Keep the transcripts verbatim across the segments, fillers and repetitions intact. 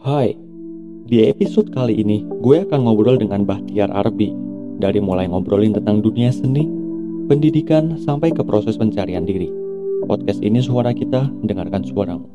Hai, di episode kali ini gue akan ngobrol dengan Bahtiar Arbi. Dari mulai ngobrolin tentang dunia seni, pendidikan, sampai ke proses pencarian diri. Podcast ini suara kita, dengarkan suaramu.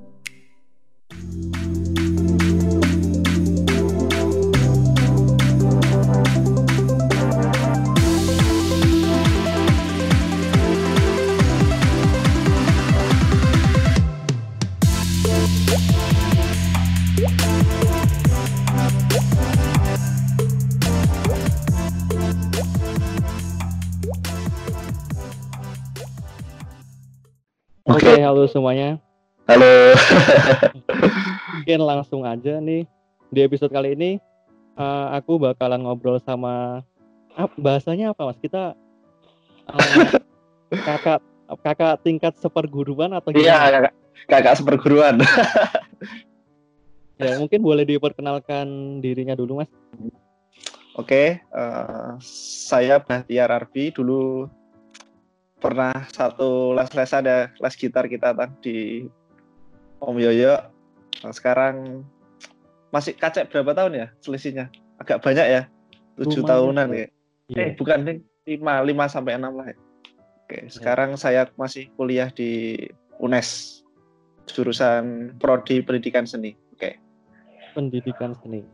Oke, okay, halo semuanya. Halo. Mungkin langsung aja nih. Di episode kali ini uh, aku bakalan ngobrol sama ah, bahasanya apa mas? Kita uh, kakak kakak tingkat seperguruan atau gimana? Iya, kakak, kakak seperguruan. Ya mungkin boleh diperkenalkan dirinya dulu mas. Oke, uh, saya Bahtiar Arbi. Dulu pernah satu les-les ada les gitar kita kan di Om Yoyo. Nah, sekarang masih kacek berapa tahun ya selisihnya? Agak banyak ya, tujuh tahunan ya. Yeah. Eh bukan nih, lima lima sampai enam lah. Ya. Oke, sekarang yeah. Saya masih kuliah di U N E S jurusan Prodi Pendidikan Seni. Oke. Pendidikan Seni.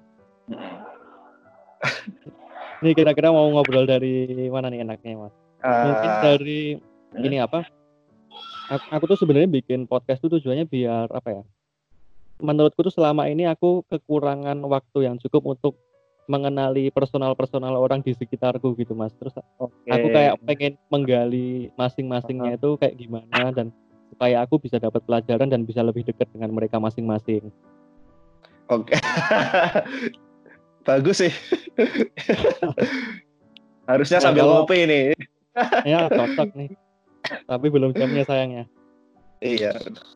Ini kira-kira mau ngobrol dari mana nih enaknya mas? Uh, Mungkin dari hmm? ini apa? Aku, aku tuh sebenarnya bikin podcast tuh tujuannya biar apa ya? Menurutku tuh selama ini aku kekurangan waktu yang cukup untuk mengenali personal-personal orang di sekitarku gitu mas. Terus okay. Aku kayak pengen menggali masing-masingnya uh-huh. itu kayak gimana dan supaya aku bisa dapat pelajaran dan bisa lebih dekat dengan mereka masing-masing. Oke. Okay. Bagus sih. Harusnya sambil nah, ngopi nih. Ya cocok nih. Tapi belum jamnya sayangnya. Iya.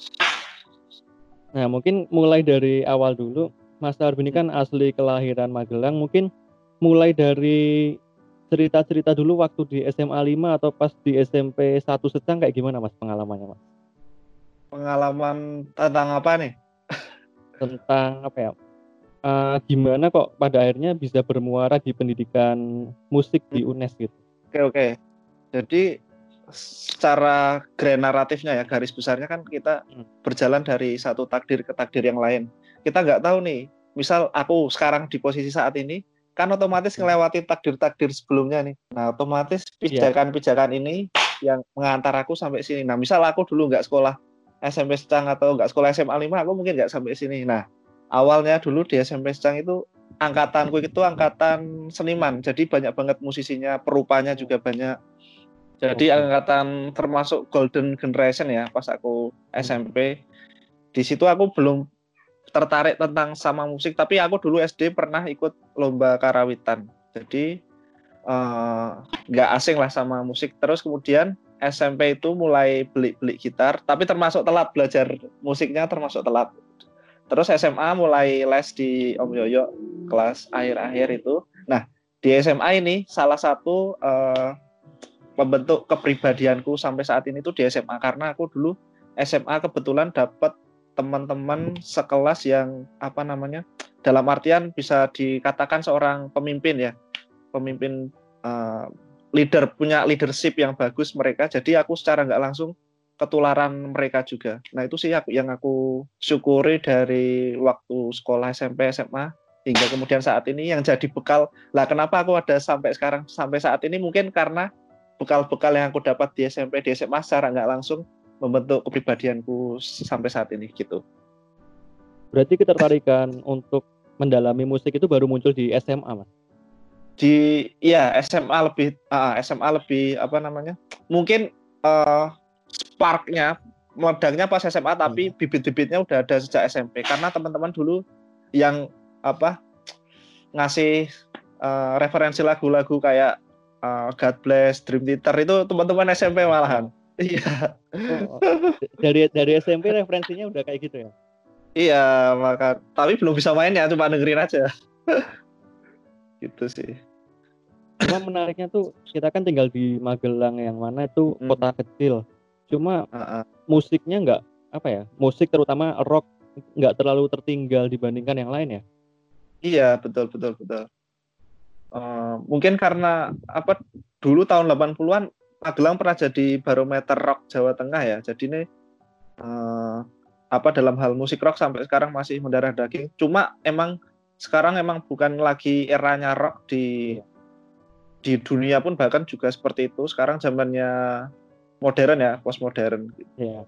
Nah mungkin mulai dari awal dulu. Mas Arbi ini kan asli kelahiran Magelang. Mungkin mulai dari cerita-cerita dulu waktu di S M A lima atau pas di S M P satu Secang kayak gimana mas pengalamannya mas? Pengalaman tentang apa nih? Tentang apa ya? Uh, gimana kok pada akhirnya bisa bermuara di pendidikan musik di U N E S gitu? Oke oke. Jadi secara grand naratifnya ya garis besarnya kan kita hmm. berjalan dari satu takdir ke takdir yang lain. Kita nggak tahu nih. Misal aku sekarang di posisi saat ini kan otomatis ngelewati takdir-takdir sebelumnya nih. Nah otomatis pijakan-pijakan ini yang mengantar aku sampai sini. Nah misal aku dulu nggak sekolah S M P Secang atau nggak sekolah S M A lima, aku mungkin nggak sampai sini. Nah awalnya dulu di S M P Secang itu angkatanku itu angkatan seniman, jadi banyak banget musisinya, perupanya juga banyak. Jadi okay. Angkatan termasuk golden generation ya pas aku S M P. Di situ aku belum tertarik tentang sama musik, tapi aku dulu S D pernah ikut lomba karawitan. Jadi nggak uh, asing lah sama musik. Terus kemudian S M P itu mulai beli-beli gitar, tapi termasuk telat belajar musiknya termasuk telat. Terus S M A mulai les di Om Yoyo kelas akhir-akhir itu. Nah di S M A ini salah satu uh, pembentuk kepribadianku sampai saat ini tuh di S M A, karena aku dulu S M A kebetulan dapat teman-teman sekelas yang apa namanya dalam artian bisa dikatakan seorang pemimpin ya, pemimpin uh, leader, punya leadership yang bagus mereka. Jadi aku secara nggak langsung ketularan mereka juga. Nah itu sih aku, yang aku syukuri dari waktu sekolah S M P S M A hingga kemudian saat ini yang jadi bekal. Lah kenapa aku ada sampai sekarang sampai saat ini, mungkin karena bekal-bekal yang aku dapat di S M P di S M A secara nggak langsung membentuk kepribadianku sampai saat ini gitu. Berarti ketertarikan untuk mendalami musik itu baru muncul di S M A mas? Di ya S M A lebih uh, S M A lebih apa namanya? Mungkin uh, sparknya, meledaknya pas S M A, tapi hmm. bibit-bibitnya udah ada sejak S M P karena teman-teman dulu yang apa ngasih uh, referensi lagu-lagu kayak uh, God Bless, Dream Theater itu teman-teman S M P malahan. Iya. Oh, dari dari S M P referensinya udah kayak gitu ya? Iya, maka tapi belum bisa main ya, cuma dengerin aja. Gitu sih. Cuma menariknya tuh kita kan tinggal di Magelang yang mana itu hmm. kota kecil. Cuma uh-uh. musiknya nggak apa ya? Musik terutama rock nggak terlalu tertinggal dibandingkan yang lain ya. Iya, betul betul betul. Uh, mungkin karena apa dulu tahun delapan puluhan Magelang pernah jadi barometer rock Jawa Tengah ya. Jadi ini uh, apa dalam hal musik rock sampai sekarang masih mendarah daging. Cuma emang sekarang emang bukan lagi eranya rock di di dunia pun bahkan juga seperti itu. Sekarang zamannya modern ya, postmodern. Iya.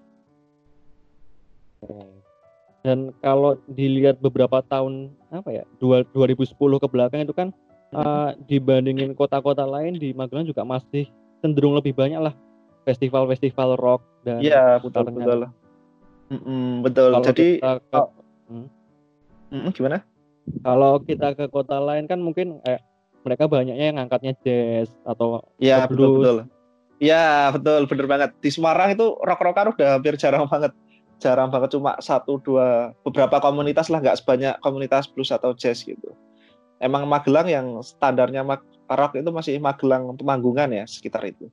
Dan kalau dilihat beberapa tahun apa ya, dua ribu sepuluh ke belakang itu kan uh, dibandingin kota-kota lain di Magelang juga masih cenderung lebih banyak lah festival-festival rock dan iya betul betul. Mm-mm, betul. Kalau Jadi kita ke, oh, hmm. gimana? Kalau kita ke kota lain kan mungkin eh, mereka banyaknya yang ngangkatnya jazz atau ya blues. Betul betul. Ya betul, bener banget. Di Semarang itu rock-rockan udah hampir jarang banget. Jarang banget, cuma satu dua beberapa komunitas lah, nggak sebanyak komunitas blues atau jazz gitu. Emang Magelang yang standarnya rock itu masih Magelang Temanggungan ya, sekitar itu.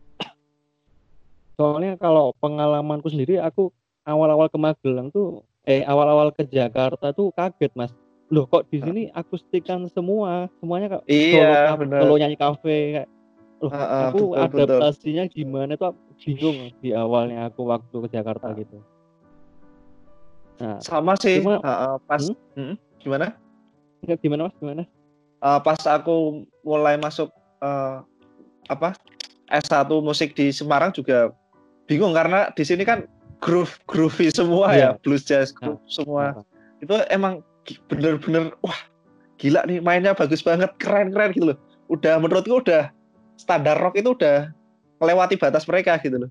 Soalnya kalau pengalamanku sendiri, aku awal-awal ke Magelang tuh eh awal-awal ke Jakarta tuh kaget Mas. Loh kok di sini akustikan semua, semuanya kok solo Iya, kafe, solo nyanyi kafe kayak. Loh, uh, uh, aku betul, adaptasinya betul. gimana tuh bingung di awalnya aku waktu ke Jakarta uh. gitu. Nah, sama sih, cuma, uh, uh, pas hmm? Hmm, gimana? Enggak, gimana Mas? Gimana? Uh, pas aku mulai masuk uh, apa S satu musik di Semarang juga bingung karena di sini kan groove groovy semua yeah. ya, blues jazz groove nah, semua. Nah. Itu emang bener-bener wah gila nih, mainnya bagus banget, keren-keren gitu loh. Udah menurutku udah standar rock itu udah melewati batas mereka gitu loh.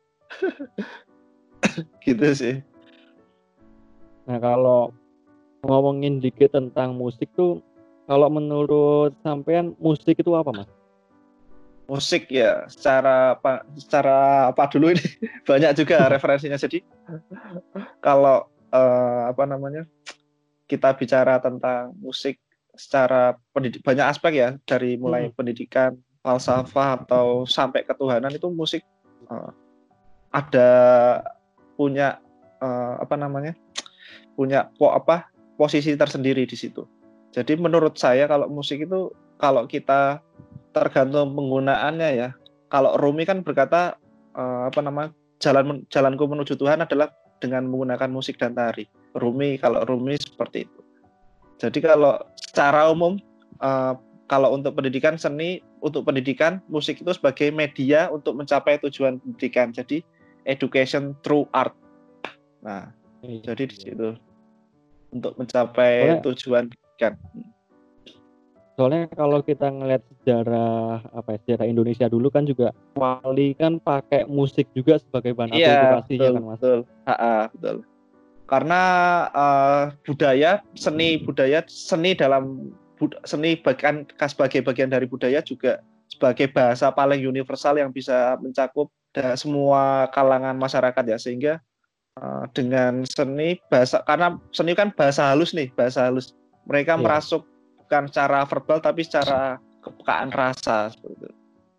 Gitu sih. Nah, kalau ngomongin dikit tentang musik tuh, kalau menurut sampean musik itu apa, Mas? Musik ya, secara apa secara apa dulu ini banyak juga referensinya. Jadi kalau eh, apa namanya? Kita bicara tentang musik secara pendidik, banyak aspek ya, dari mulai hmm. pendidikan, falsafah atau sampai ketuhanan, itu musik uh, ada punya uh, apa namanya? punya po, apa posisi tersendiri di situ. Jadi menurut saya kalau musik itu kalau kita tergantung penggunaannya ya. Kalau Rumi kan berkata uh, apa nama jalan jalanku menuju Tuhan adalah dengan menggunakan musik dan tari. Rumi kalau Rumi seperti itu. Jadi kalau secara umum uh, kalau untuk pendidikan seni, untuk pendidikan musik itu sebagai media untuk mencapai tujuan pendidikan. Jadi education through art. Nah, iya, jadi di situ untuk mencapai soalnya, tujuan pendidikan. Soalnya kalau kita ngelihat sejarah apa ya, sejarah Indonesia dulu kan juga wali kan pakai musik juga sebagai bahan iya, akulturasinya betul, kan Mas. Betul. Ha-ha, betul. Karena uh, budaya, seni budaya, seni dalam bud- seni bagian sebagai bagian dari budaya juga sebagai bahasa paling universal yang bisa mencakup semua kalangan masyarakat ya, sehingga uh, dengan seni bahasa, karena seni kan bahasa halus nih, bahasa halus. Mereka yeah. merasuk bukan secara verbal tapi secara kepekaan rasa seperti itu.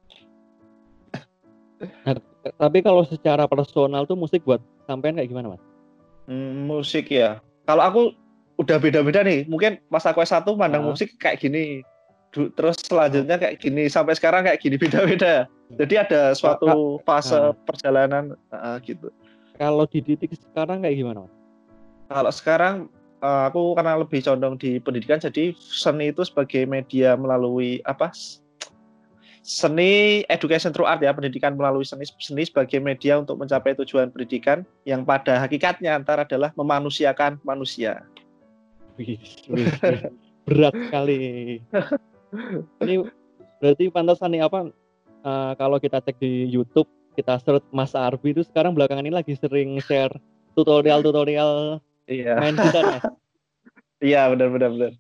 Nah, tapi kalau secara personal tuh musik buat sampean kayak gimana Mas? Hmm, musik ya. Kalau aku udah beda-beda nih. Mungkin pas aku S satu mandang uh-huh. musik kayak gini. Terus selanjutnya kayak gini. Sampai sekarang kayak gini, beda-beda. Jadi ada suatu fase uh. perjalanan uh, gitu. Kalau di titik sekarang kayak gimana Mas? Kalau sekarang uh, aku karena lebih condong di pendidikan, jadi seni itu sebagai media melalui apa? Seni education through art ya, pendidikan melalui seni, seni sebagai media untuk mencapai tujuan pendidikan yang pada hakikatnya antara adalah memanusiakan manusia. Wih, wih, wih. Berat sekali. Ini berarti pantasan nih apa? Uh, kalau kita cek di YouTube, kita search Mas Arbi itu sekarang belakangan ini lagi sering share tutorial-tutorial iya. main gitar Mas. Iya, benar-benar benar.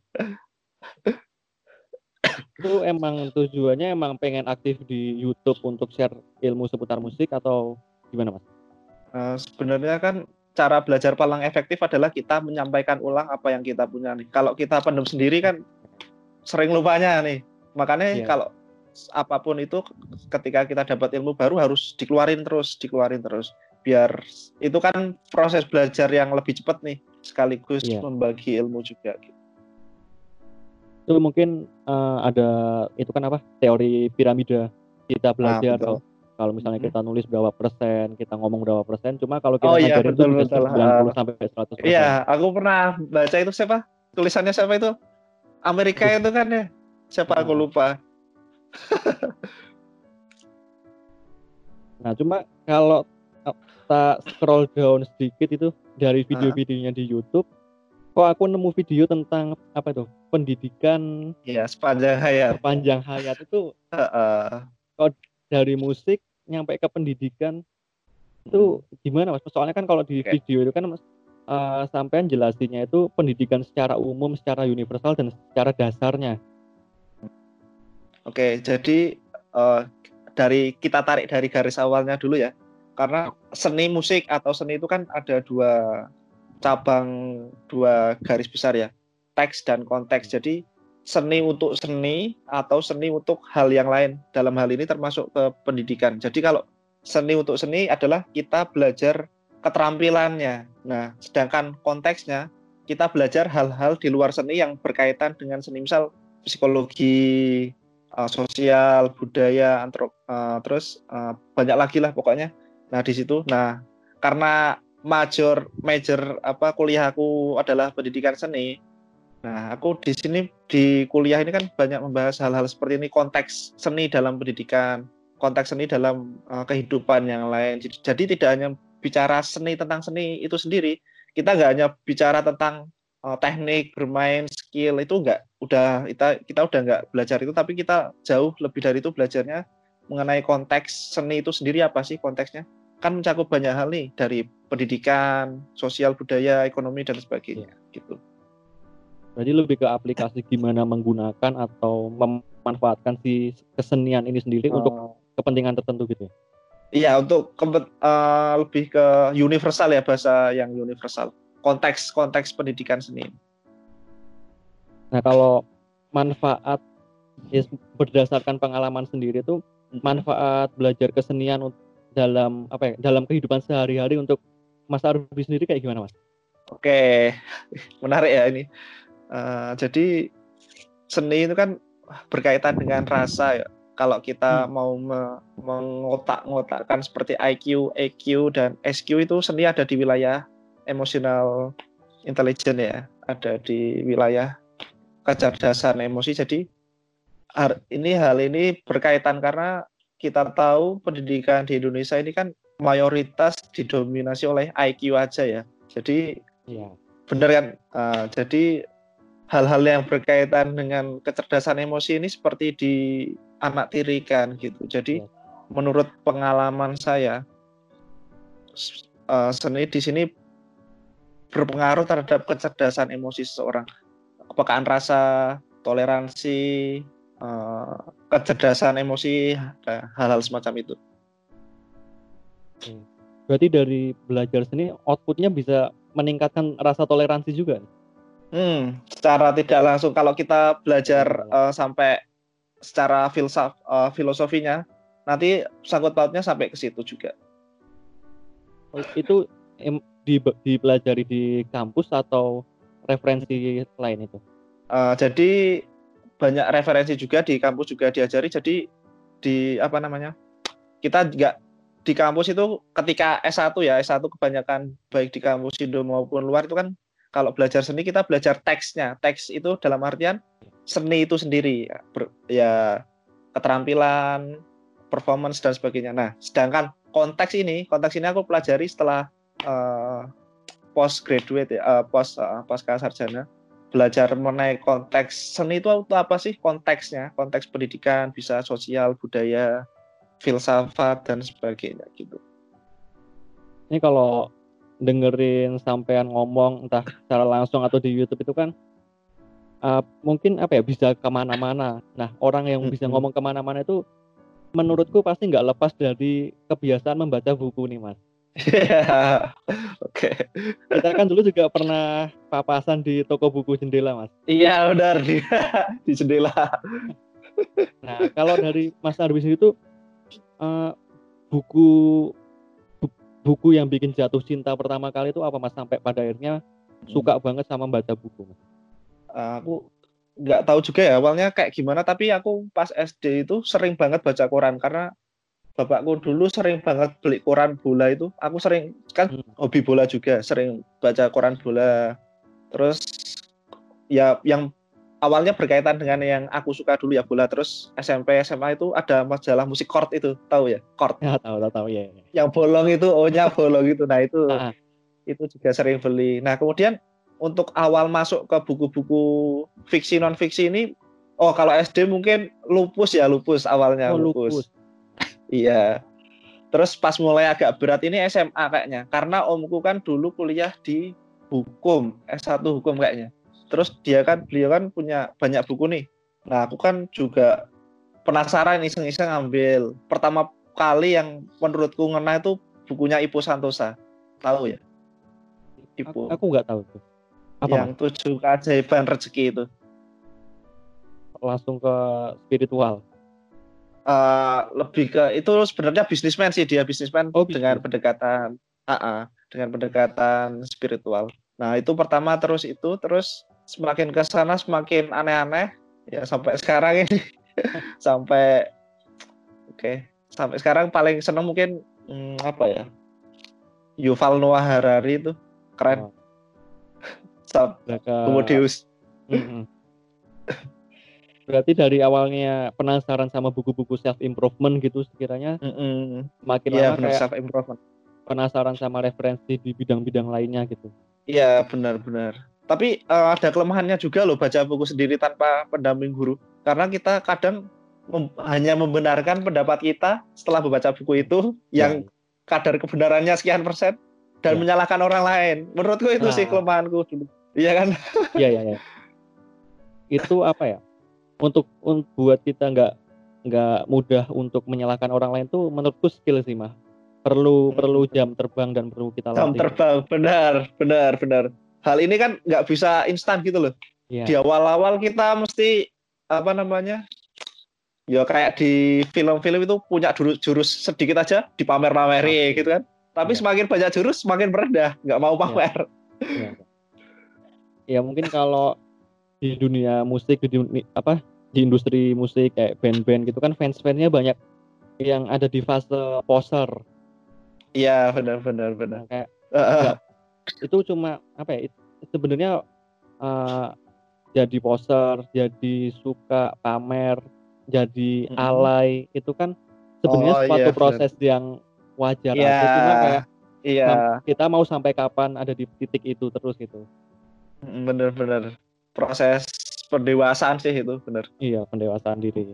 Itu emang tujuannya emang pengen aktif di YouTube untuk share ilmu seputar musik atau gimana Mas? Uh, sebenarnya kan cara belajar paling efektif adalah kita menyampaikan ulang apa yang kita punya nih. Kalau kita pendem sendiri kan sering lupanya nih. Makanya yeah. kalau apapun itu ketika kita dapat ilmu baru harus dikeluarin terus, dikeluarin terus. Biar itu kan proses belajar yang lebih cepat nih. sekaligus Iya. membagi ilmu juga gitu. Itu mungkin uh, ada itu kan apa teori piramida kita Ah, belajar betul. kalau kalau misalnya Mhm. kita nulis berapa persen, kita ngomong berapa persen, cuma kalau Oh kita iya, ngajarin itu betul bisa betul. sembilan puluh Ah, sampai seratus persen. iya, aku pernah baca itu siapa? Tulisannya siapa itu? Amerika Aduh. itu kan ya. Siapa aku Nah, lupa. nah cuma kalau kita scroll down sedikit itu dari Ah, video-videonya di YouTube, kok aku nemu video tentang apa itu pendidikan iya, sepanjang hayat. sepanjang hayat itu Heeh. kok dari musik nyampe ke pendidikan itu gimana mas? Soalnya kan kalau di Oke. video itu kan mas uh, sampean jelasinnya itu pendidikan secara umum, secara universal dan secara dasarnya. Oke, jadi uh, dari kita tarik dari garis awalnya dulu ya, karena seni musik atau seni itu kan ada dua cabang, dua garis besar ya, teks dan konteks. Jadi seni untuk seni atau seni untuk hal yang lain, dalam hal ini termasuk ke pendidikan. Jadi kalau seni untuk seni adalah kita belajar keterampilannya. Nah, sedangkan konteksnya kita belajar hal-hal di luar seni yang berkaitan dengan seni, misal psikologi, uh, sosial, budaya, antrop, uh, terus uh, banyak lagi lah pokoknya. Nah di situ, nah karena major major apa kuliahku adalah pendidikan seni. Nah aku di sini di kuliah ini kan banyak membahas hal-hal seperti ini, konteks seni dalam pendidikan, konteks seni dalam uh, kehidupan yang lain. Jadi, jadi tidak hanya bicara seni tentang seni itu sendiri, kita nggak hanya bicara tentang uh, teknik bermain, skill, itu enggak, udah kita kita udah nggak belajar itu, tapi kita jauh lebih dari itu belajarnya mengenai konteks seni itu sendiri, apa sih konteksnya, kan mencakup banyak hal nih, dari pendidikan, sosial, budaya, ekonomi dan sebagainya gitu. Jadi lebih ke aplikasi gimana menggunakan atau memanfaatkan si kesenian ini sendiri uh, untuk kepentingan tertentu gitu. Iya, untuk uh, lebih ke universal ya, bahasa yang universal, konteks konteks pendidikan seni. Nah kalau manfaat ya, berdasarkan pengalaman sendiri itu manfaat belajar kesenian dalam apa ya, dalam kehidupan sehari-hari untuk Mas Arbi sendiri kayak gimana Mas? Oke, menarik ya ini. Uh, jadi seni itu kan berkaitan dengan rasa ya. Kalau kita hmm. mau me- mengotak-ngotakkan seperti I Q, E Q, dan S Q, itu seni ada di wilayah emotional intelligence ya, ada di wilayah kecerdasan emosi. Jadi ini hal ini berkaitan karena kita tahu pendidikan di Indonesia ini kan mayoritas didominasi oleh I Q aja ya. Jadi ya. Benar kan? Uh, jadi hal-hal yang berkaitan dengan kecerdasan emosi ini seperti di anak tirikan gitu. Jadi ya. Menurut pengalaman saya, uh, seni di sini berpengaruh terhadap kecerdasan emosi seseorang, kepekaan rasa, toleransi, uh, kecerdasan emosi, hal-hal semacam itu. Berarti dari belajar seni outputnya bisa meningkatkan rasa toleransi juga? Hmm, secara tidak langsung kalau kita belajar oh. uh, sampai secara filsaf, uh, filosofinya, nanti sangkut pautnya sampai ke situ juga. Oh, itu em, di, dipelajari di kampus atau referensi lain itu? Uh, jadi banyak referensi juga di kampus juga diajari. Jadi di apa namanya? Kita juga di kampus itu ketika S satu ya, S satu kebanyakan baik di kampus Indo maupun luar itu kan kalau belajar seni kita belajar teksnya. Teks itu dalam artian seni itu sendiri ya, ber, ya keterampilan, performance dan sebagainya. Nah, sedangkan konteks ini, konteks ini aku pelajari setelah uh, post graduate ya, uh, post uh, pasca sarjana, belajar mengenai konteks seni itu, itu apa sih konteksnya, konteks pendidikan, bisa sosial, budaya, filsafat dan sebagainya gitu. Ini kalau dengerin sampean ngomong entah secara langsung atau di YouTube itu kan uh, mungkin apa ya bisa kemana-mana. Nah orang yang bisa mm-hmm. ngomong kemana-mana itu menurutku pasti nggak lepas dari kebiasaan membaca buku nih Mas. Yeah. Oke. Okay. Kita kan dulu juga pernah papasan di toko buku jendela Mas. Iya benar di, di jendela. Nah kalau dari Mas Arwis itu uh, buku buku yang bikin jatuh cinta pertama kali itu apa Mas, sampai pada akhirnya suka hmm. banget sama baca buku, Mas? Uh, aku nggak tahu juga ya awalnya kayak gimana, tapi aku pas S D itu sering banget baca koran karena bapakku dulu sering banget beli koran bola itu. Aku sering kan hmm. hobi bola juga, sering baca koran bola. Terus ya yang awalnya berkaitan dengan yang aku suka dulu ya bola. Terus S M P S M A itu ada majalah musik Chord itu, tahu ya? Chord. Ya, tahu, tahu, tahu ya. Yang bolong itu O-nya bolong itu. Nah, itu itu juga sering beli. Nah, kemudian untuk awal masuk ke buku-buku fiksi non fiksi ini, oh kalau S D mungkin Lupus ya, Lupus awalnya. Oh, Lupus. Iya. Terus pas mulai agak berat ini S M A kayaknya. Karena omku kan dulu kuliah di hukum, S satu hukum kayaknya. Terus dia kan, beliau kan punya banyak buku nih. Nah, aku kan juga penasaran iseng-iseng ambil. Pertama kali yang menurutku ngena itu bukunya Ipo Santosa. Tahu ya? Ipo. Aku, aku nggak tahu tuh. Apa yang mas? Tujuh keajaiban rezeki itu. Langsung ke spiritual. Uh, lebih ke itu sebenarnya bisnismen sih, dia bisnismen oh, dengan bisnis. pendekatan uh -uh, dengan pendekatan spiritual. Nah, itu pertama, terus itu terus semakin ke sana semakin aneh-aneh ya sampai sekarang ini. sampai oke, okay, sampai sekarang paling seneng mungkin hmm, apa ya? Yuval Noah Harari itu keren. Oh. Homo Deus. Mm-hmm. Berarti dari awalnya penasaran sama buku-buku self improvement gitu sekiranya, mm-hmm. makin ya, lama kayak self improvement. Penasaran sama referensi di bidang-bidang lainnya gitu. Iya, benar-benar. Tapi uh, ada kelemahannya juga loh baca buku sendiri tanpa pendamping guru. Karena kita kadang mem- hanya membenarkan pendapat kita setelah membaca buku itu ya. Yang kadar kebenarannya sekian persen dan ya. Menyalahkan orang lain. Menurutku itu nah. sih kelemahanku dulu. Iya kan? Iya, iya, iya. Itu apa ya? Untuk, untuk buat kita nggak nggak mudah untuk menyalahkan orang lain tuh menurutku skill sih, Mah. Perlu hmm. perlu jam terbang dan perlu kita latih. Jam terbang, benar, benar, benar. Hal ini kan nggak bisa instan gitu loh. Ya. Di awal-awal kita mesti apa namanya? Ya kayak di film-film itu punya jurus, jurus sedikit aja dipamer-pameri gitu kan. Tapi ya. Semakin banyak jurus semakin merendah, nggak mau pamer. Ya. Ya. Ya mungkin kalau di dunia musik, di dunia, apa di industri musik kayak band-band gitu kan fans-fansnya banyak yang ada di fase poser. Iya, benar-benar benar. Nah, kayak uh. itu cuma apa ya? Sebenarnya uh, jadi poser, jadi suka pamer, jadi mm-hmm. alay itu kan sebenarnya oh, suatu iya, proses bener. Yang wajar yeah, aja. Cuma kayak yeah. kita mau sampai kapan ada di titik itu terus gitu. Bener-bener proses pendewasaan sih itu, bener. Iya, pendewasaan diri.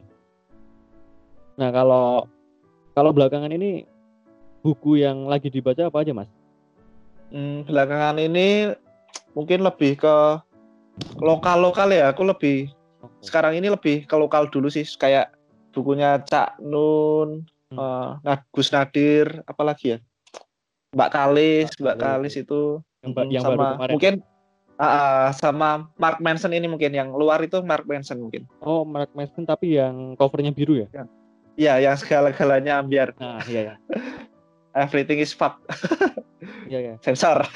Nah kalau kalau belakangan ini buku yang lagi dibaca apa aja, Mas? Hmm, belakangan ini mungkin lebih ke lokal-lokal ya. Aku lebih okay. sekarang ini lebih ke lokal dulu sih, kayak bukunya Cak Nun, hmm. uh, nah, Gus Nadir, apalagi ya, Mbak Kalis, Mbak, Mbak Kalis itu yang, hmm, yang sama baru kemarin. Mungkin uh, sama Mark Manson ini mungkin yang luar itu Mark Manson mungkin. Oh, Mark Manson tapi yang covernya biru ya? Ya. Iya, yang segala-galanya ambiar. Nah, iya ya. Everything is fuck. Iya ya. Sensor.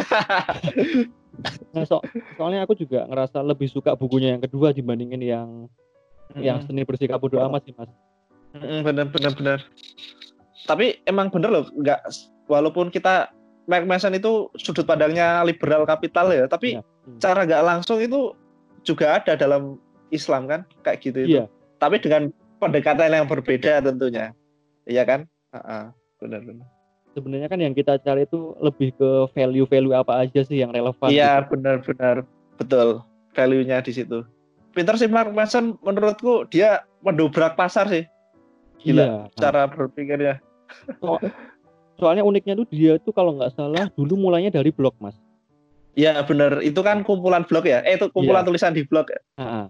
Nah, so, soalnya aku juga ngerasa lebih suka bukunya yang kedua dibandingin yang mm-hmm. yang Seni Bersikap Bodo Amat sih, Mas. Mm-hmm, bener bener bener. Tapi emang bener loh, nggak walaupun kita Mark Manson itu sudut pandangnya liberal kapital ya, tapi ya. Hmm. Cara nggak langsung itu juga ada dalam Islam kan, kayak gitu itu. Iya. Tapi dengan pendekatan yang berbeda tentunya, iya kan? Uh-uh, benar-benar. Sebenarnya kan yang kita cari itu lebih ke value-value apa aja sih yang relevan. Iya, gitu. benar-benar betul. Value-nya di situ. Pinter sih Mark Manson, menurutku dia mendobrak pasar sih. Gila, iya, cara nah. berpikirnya. So, soalnya uniknya tuh dia tuh kalau nggak salah dulu mulainya dari blog, Mas. Iya benar, itu kan kumpulan blog ya. Eh itu kumpulan iya. tulisan di blog ya. Uh-huh.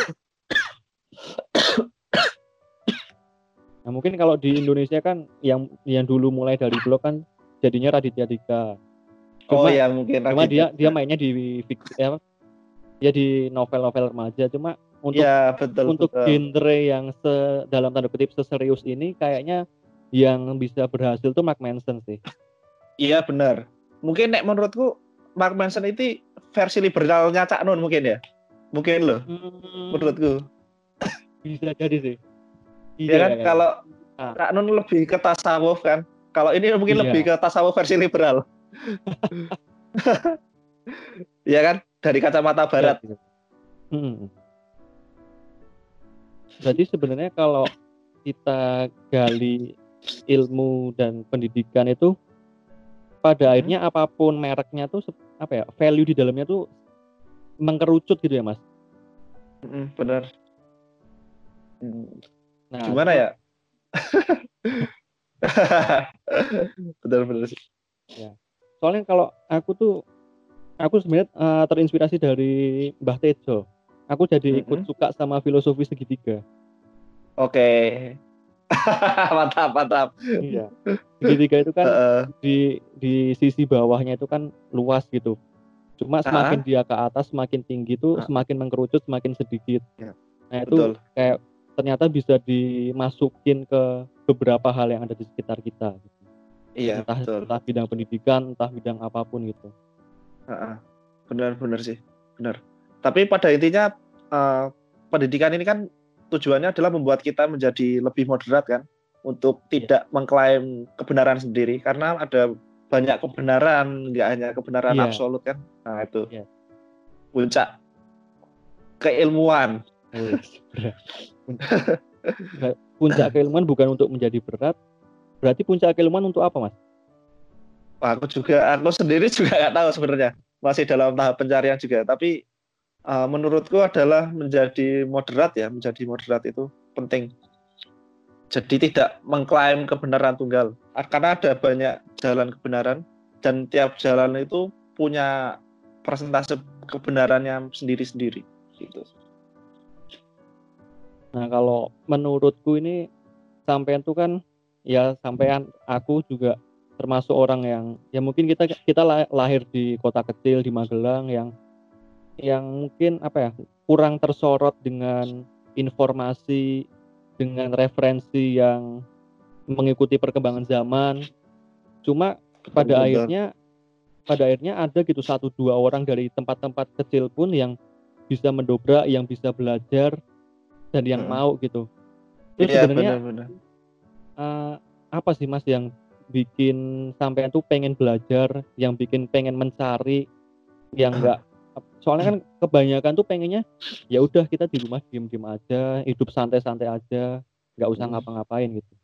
Nah mungkin kalau di Indonesia kan yang yang dulu mulai dari blog kan jadinya Raditya Dika. Cuma, oh ya mungkin. Cuma dia dia mainnya di ya, dia di novel-novel remaja. Cuma untuk ya, betul, untuk betul. genre yang se, dalam tanda kutip seserius ini kayaknya yang bisa berhasil tuh Mark Manson sih. Iya benar. Mungkin nek menurutku Mark Manson itu versi liberalnya Cak Nun mungkin ya. Mungkin loh. Hmm, menurutku. Bisa jadi sih. Iya kan, ya, kalau ah. Cak Nun lebih ke tasawuf kan. Kalau ini mungkin iya. lebih ke tasawuf versi liberal. Iya kan, dari kacamata barat. Ya, hmm. Jadi sebenarnya kalau kita gali ilmu dan pendidikan itu pada hmm. akhirnya apapun mereknya tuh apa ya, value di dalamnya tuh mengkerucut gitu ya Mas. Hmm, benar. Nah, gimana cuma, ya? Benar-benar sih. Ya. Soalnya kalau aku tuh aku sebenarnya uh, terinspirasi dari Mbah Tejo. Aku jadi ikut mm-hmm. suka sama filosofi segitiga. Oke. mantap, mantap. Iya. Segitiga itu kan uh, di di sisi bawahnya itu kan luas gitu. Cuma semakin uh, dia ke atas, semakin tinggi tuh uh, semakin mengkerucut, semakin sedikit. Ya, nah itu betul. Kayak ternyata bisa dimasukin ke beberapa hal yang ada di sekitar kita. Gitu. Iya, entah, betul. entah bidang pendidikan, entah bidang apapun gitu. Uh, benar-benar sih, benar. Tapi pada intinya uh, pendidikan ini kan tujuannya adalah membuat kita menjadi lebih moderat kan, untuk tidak yeah. mengklaim kebenaran sendiri, karena ada banyak kebenaran, nggak hanya kebenaran yeah. absolut kan. Nah itu yeah. puncak keilmuan. Puncak keilmuan bukan untuk menjadi berat, berarti puncak keilmuan untuk apa Mas? Wah, aku juga, aku sendiri juga nggak tahu sebenarnya, masih dalam tahap pencarian juga. Tapi uh, menurutku adalah menjadi moderat ya, menjadi moderat itu penting. Jadi tidak mengklaim kebenaran tunggal, karena ada banyak jalan kebenaran dan tiap jalan itu punya persentase kebenarannya sendiri-sendiri. Gitu. Nah kalau menurutku ini sampean tuh kan ya sampean aku juga termasuk orang yang ya mungkin kita kita lahir di kota kecil di Magelang yang yang mungkin apa ya kurang tersorot dengan informasi, dengan referensi yang mengikuti perkembangan zaman. Cuma pada Betul. akhirnya pada akhirnya ada gitu satu dua orang dari tempat-tempat kecil pun yang bisa mendobrak, yang bisa belajar dan yang hmm. mau gitu. Itu ya, sebenarnya benar-benar. Uh, apa sih Mas yang bikin sampean tuh pengen belajar, yang bikin pengen mencari, yang enggak soalnya kan kebanyakan tuh pengennya ya udah kita di rumah diem-diem aja, hidup santai-santai aja, nggak usah ngapa-ngapain gitu.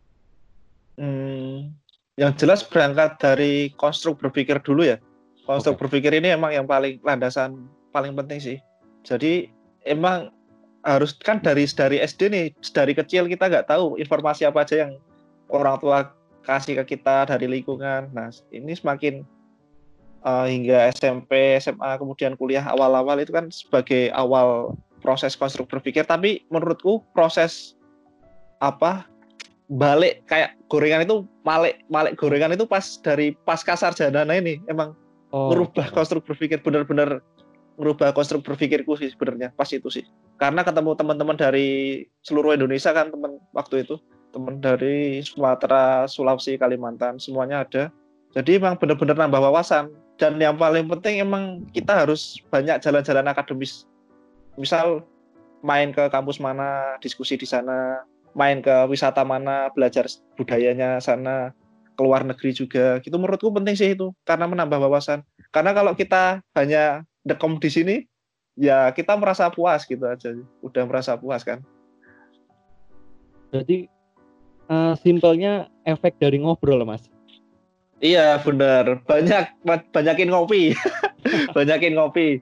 Hmm, yang jelas berangkat dari konstruk berpikir dulu ya. Konstruk okay. berpikir ini emang yang paling landasan paling penting sih. Jadi emang harus kan dari dari S D nih, dari kecil kita nggak tahu informasi apa aja yang orang tua kasih ke kita dari lingkungan. Nah ini semakin uh, hingga S M P, S M A, kemudian kuliah awal-awal itu kan sebagai awal proses konstruk berpikir. Tapi menurutku proses apa balik kayak gorengan itu malik malik gorengan itu pas dari pasca sarjana ini emang oh. merubah konstruk berpikir, benar-benar merubah konstruk berpikirku sih sebenarnya pas itu sih. Karena ketemu teman-teman dari seluruh Indonesia kan, teman waktu itu teman dari Sumatera, Sulawesi, Kalimantan, semuanya ada. Jadi emang benar-benar nambah wawasan. Dan yang paling penting emang kita harus banyak jalan-jalan akademis. Misal main ke kampus mana, diskusi di sana, main ke wisata mana, belajar budayanya sana, keluar negeri juga. Gitu menurutku penting sih itu, karena menambah wawasan. Karena kalau kita hanya dekom di sini, ya kita merasa puas gitu aja. Udah merasa puas kan. Jadi uh, simpelnya efek dari ngobrol Mas. Iya benar, banyak banyakin ngopi, banyakin ngopi.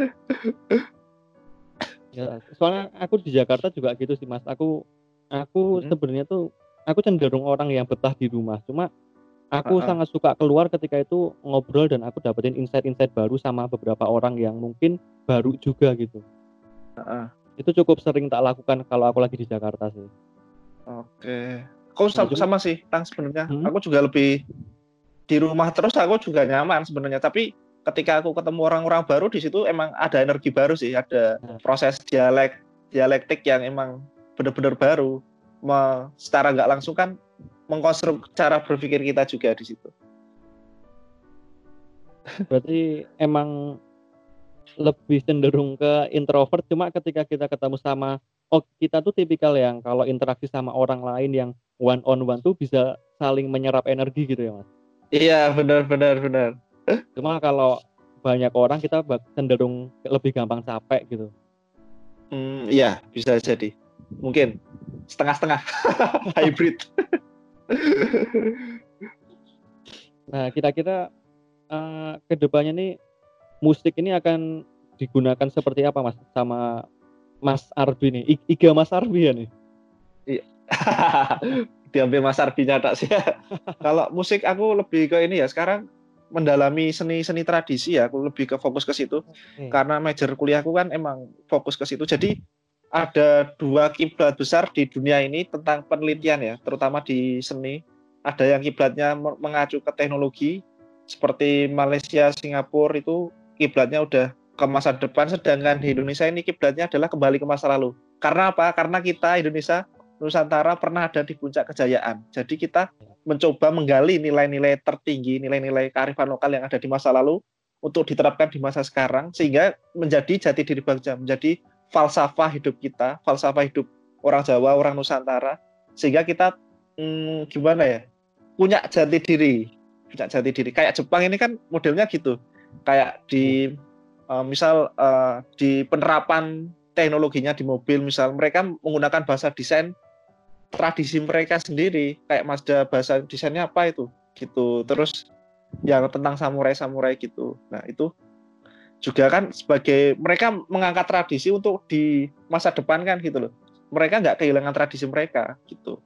Ya, soalnya aku di Jakarta juga gitu sih Mas. Aku aku hmm. sebenarnya tuh aku cenderung orang yang betah di rumah. Cuma aku uh-uh. sangat suka keluar ketika itu ngobrol dan aku dapetin insight-insight baru sama beberapa orang yang mungkin baru juga gitu. Uh-uh. Itu cukup sering tak lakukan kalau aku lagi di Jakarta sih. Oke. Kau sama, nah, sama sih, Tang sebenarnya. Hmm? Aku juga lebih di rumah terus, aku juga nyaman sebenarnya. Tapi ketika aku ketemu orang-orang baru di situ emang ada energi baru sih, ada nah. proses dialek dialektik yang emang benar-benar baru. Me, secara nggak langsung kan mengkonstruk cara berpikir kita juga di situ. Berarti emang lebih cenderung ke introvert, cuma ketika kita ketemu sama oh kita tuh tipikal yang kalau interaksi sama orang lain yang one on one tuh bisa saling menyerap energi gitu ya Mas. Iya, benar benar benar. Cuma kalau banyak orang kita cenderung lebih gampang capek gitu. Hmm, iya, bisa jadi. Mungkin setengah-setengah hybrid. Nah, kira-kira uh, kedepannya nih musik ini akan digunakan seperti apa Mas sama Mas Arbi nih? I- Iga Mas Arbi ya nih. Iya. Diambil Mas Arbinya tak sih. Kalau musik aku lebih ke ini ya, sekarang mendalami seni-seni tradisi ya, aku lebih ke fokus ke situ. Okay. Karena major kuliahku kan emang fokus ke situ. Jadi ada dua kiblat besar di dunia ini tentang penelitian ya, terutama di seni. Ada yang kiblatnya mengacu ke teknologi seperti Malaysia, Singapura itu kiblatnya udah ke masa depan, sedangkan di Indonesia ini kiblatnya adalah kembali ke masa lalu. Karena apa? Karena kita Indonesia Nusantara pernah ada di puncak kejayaan. Jadi kita mencoba menggali nilai-nilai tertinggi, nilai-nilai kearifan lokal yang ada di masa lalu untuk diterapkan di masa sekarang sehingga menjadi jati diri bangsa, menjadi falsafah hidup kita, falsafah hidup orang Jawa, orang Nusantara, sehingga kita hmm, gimana ya, punya jati diri, punya jati diri. Kayak Jepang ini kan modelnya gitu, kayak di uh, misal uh, di penerapan teknologinya di mobil, misal mereka menggunakan bahasa desain tradisi mereka sendiri, kayak Mazda bahasa desainnya apa itu, gitu. Terus yang tentang samurai-samurai gitu. Nah itu juga kan sebagai mereka mengangkat tradisi untuk di masa depan kan gitu loh. Mereka nggak kehilangan tradisi mereka gitu.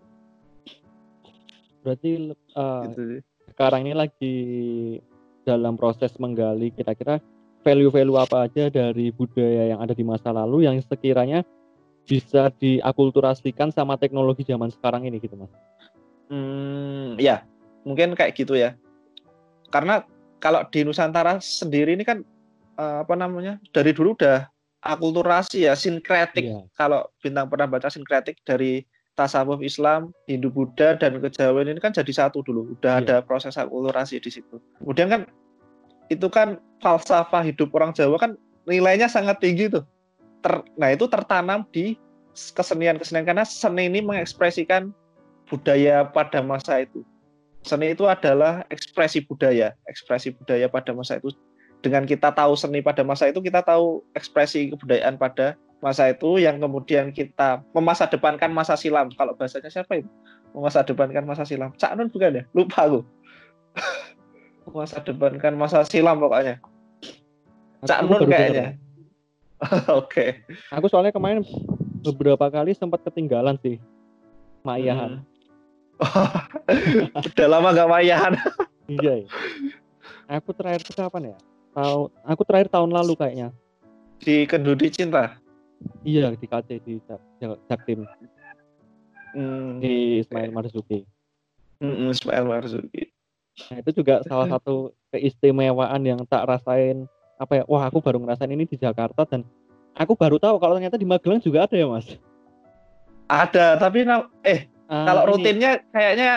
Berarti uh, gitu. Sekarang ini lagi dalam proses menggali kira-kira value-value apa aja dari budaya yang ada di masa lalu yang sekiranya bisa diakulturasikan sama teknologi zaman sekarang ini gitu Mas. Hmm, ya mungkin kayak gitu ya. Karena kalau di Nusantara sendiri ini kan uh, apa namanya dari dulu udah akulturasi ya, sinkretik. Yeah. Kalau Bintang pernah baca sinkretik dari tasawuf Islam, Hindu Buddha dan kejawen ini kan jadi satu dulu. Udah yeah. ada proses akulturasi di situ. Kemudian kan itu kan falsafah hidup orang Jawa kan nilainya sangat tinggi tuh. Ter, nah itu tertanam di kesenian-kesenian karena seni ini mengekspresikan budaya pada masa itu. Seni itu adalah ekspresi budaya, ekspresi budaya pada masa itu. Dengan kita tahu seni pada masa itu, kita tahu ekspresi kebudayaan pada masa itu yang kemudian kita memasadepankan masa silam. Kalau bahasanya siapa itu? Memasadepankan masa silam. Cak Nun bukan ya? Lupa aku. Memasadepankan masa silam pokoknya. Cak Nun kayaknya. Oke. Okay. Aku soalnya kemarin beberapa kali sempat ketinggalan sih Mayahan. Hmm. Udah lama gak Mayahan. Iya. Aku terakhir itu kapan ya? Tahu, aku terakhir tahun lalu kayaknya. Di Kendudi Cinta. Iya di K C di Jaktim. Hmm. Di Ismail Marzuki. Hmm, Ismail Marzuki. Nah, itu juga salah satu keistimewaan yang tak rasain apa ya? Wah aku baru ngerasain ini di Jakarta dan aku baru tahu kalau ternyata di Magelang juga ada ya Mas. Ada tapi eh uh, kalau rutinnya ini... kayaknya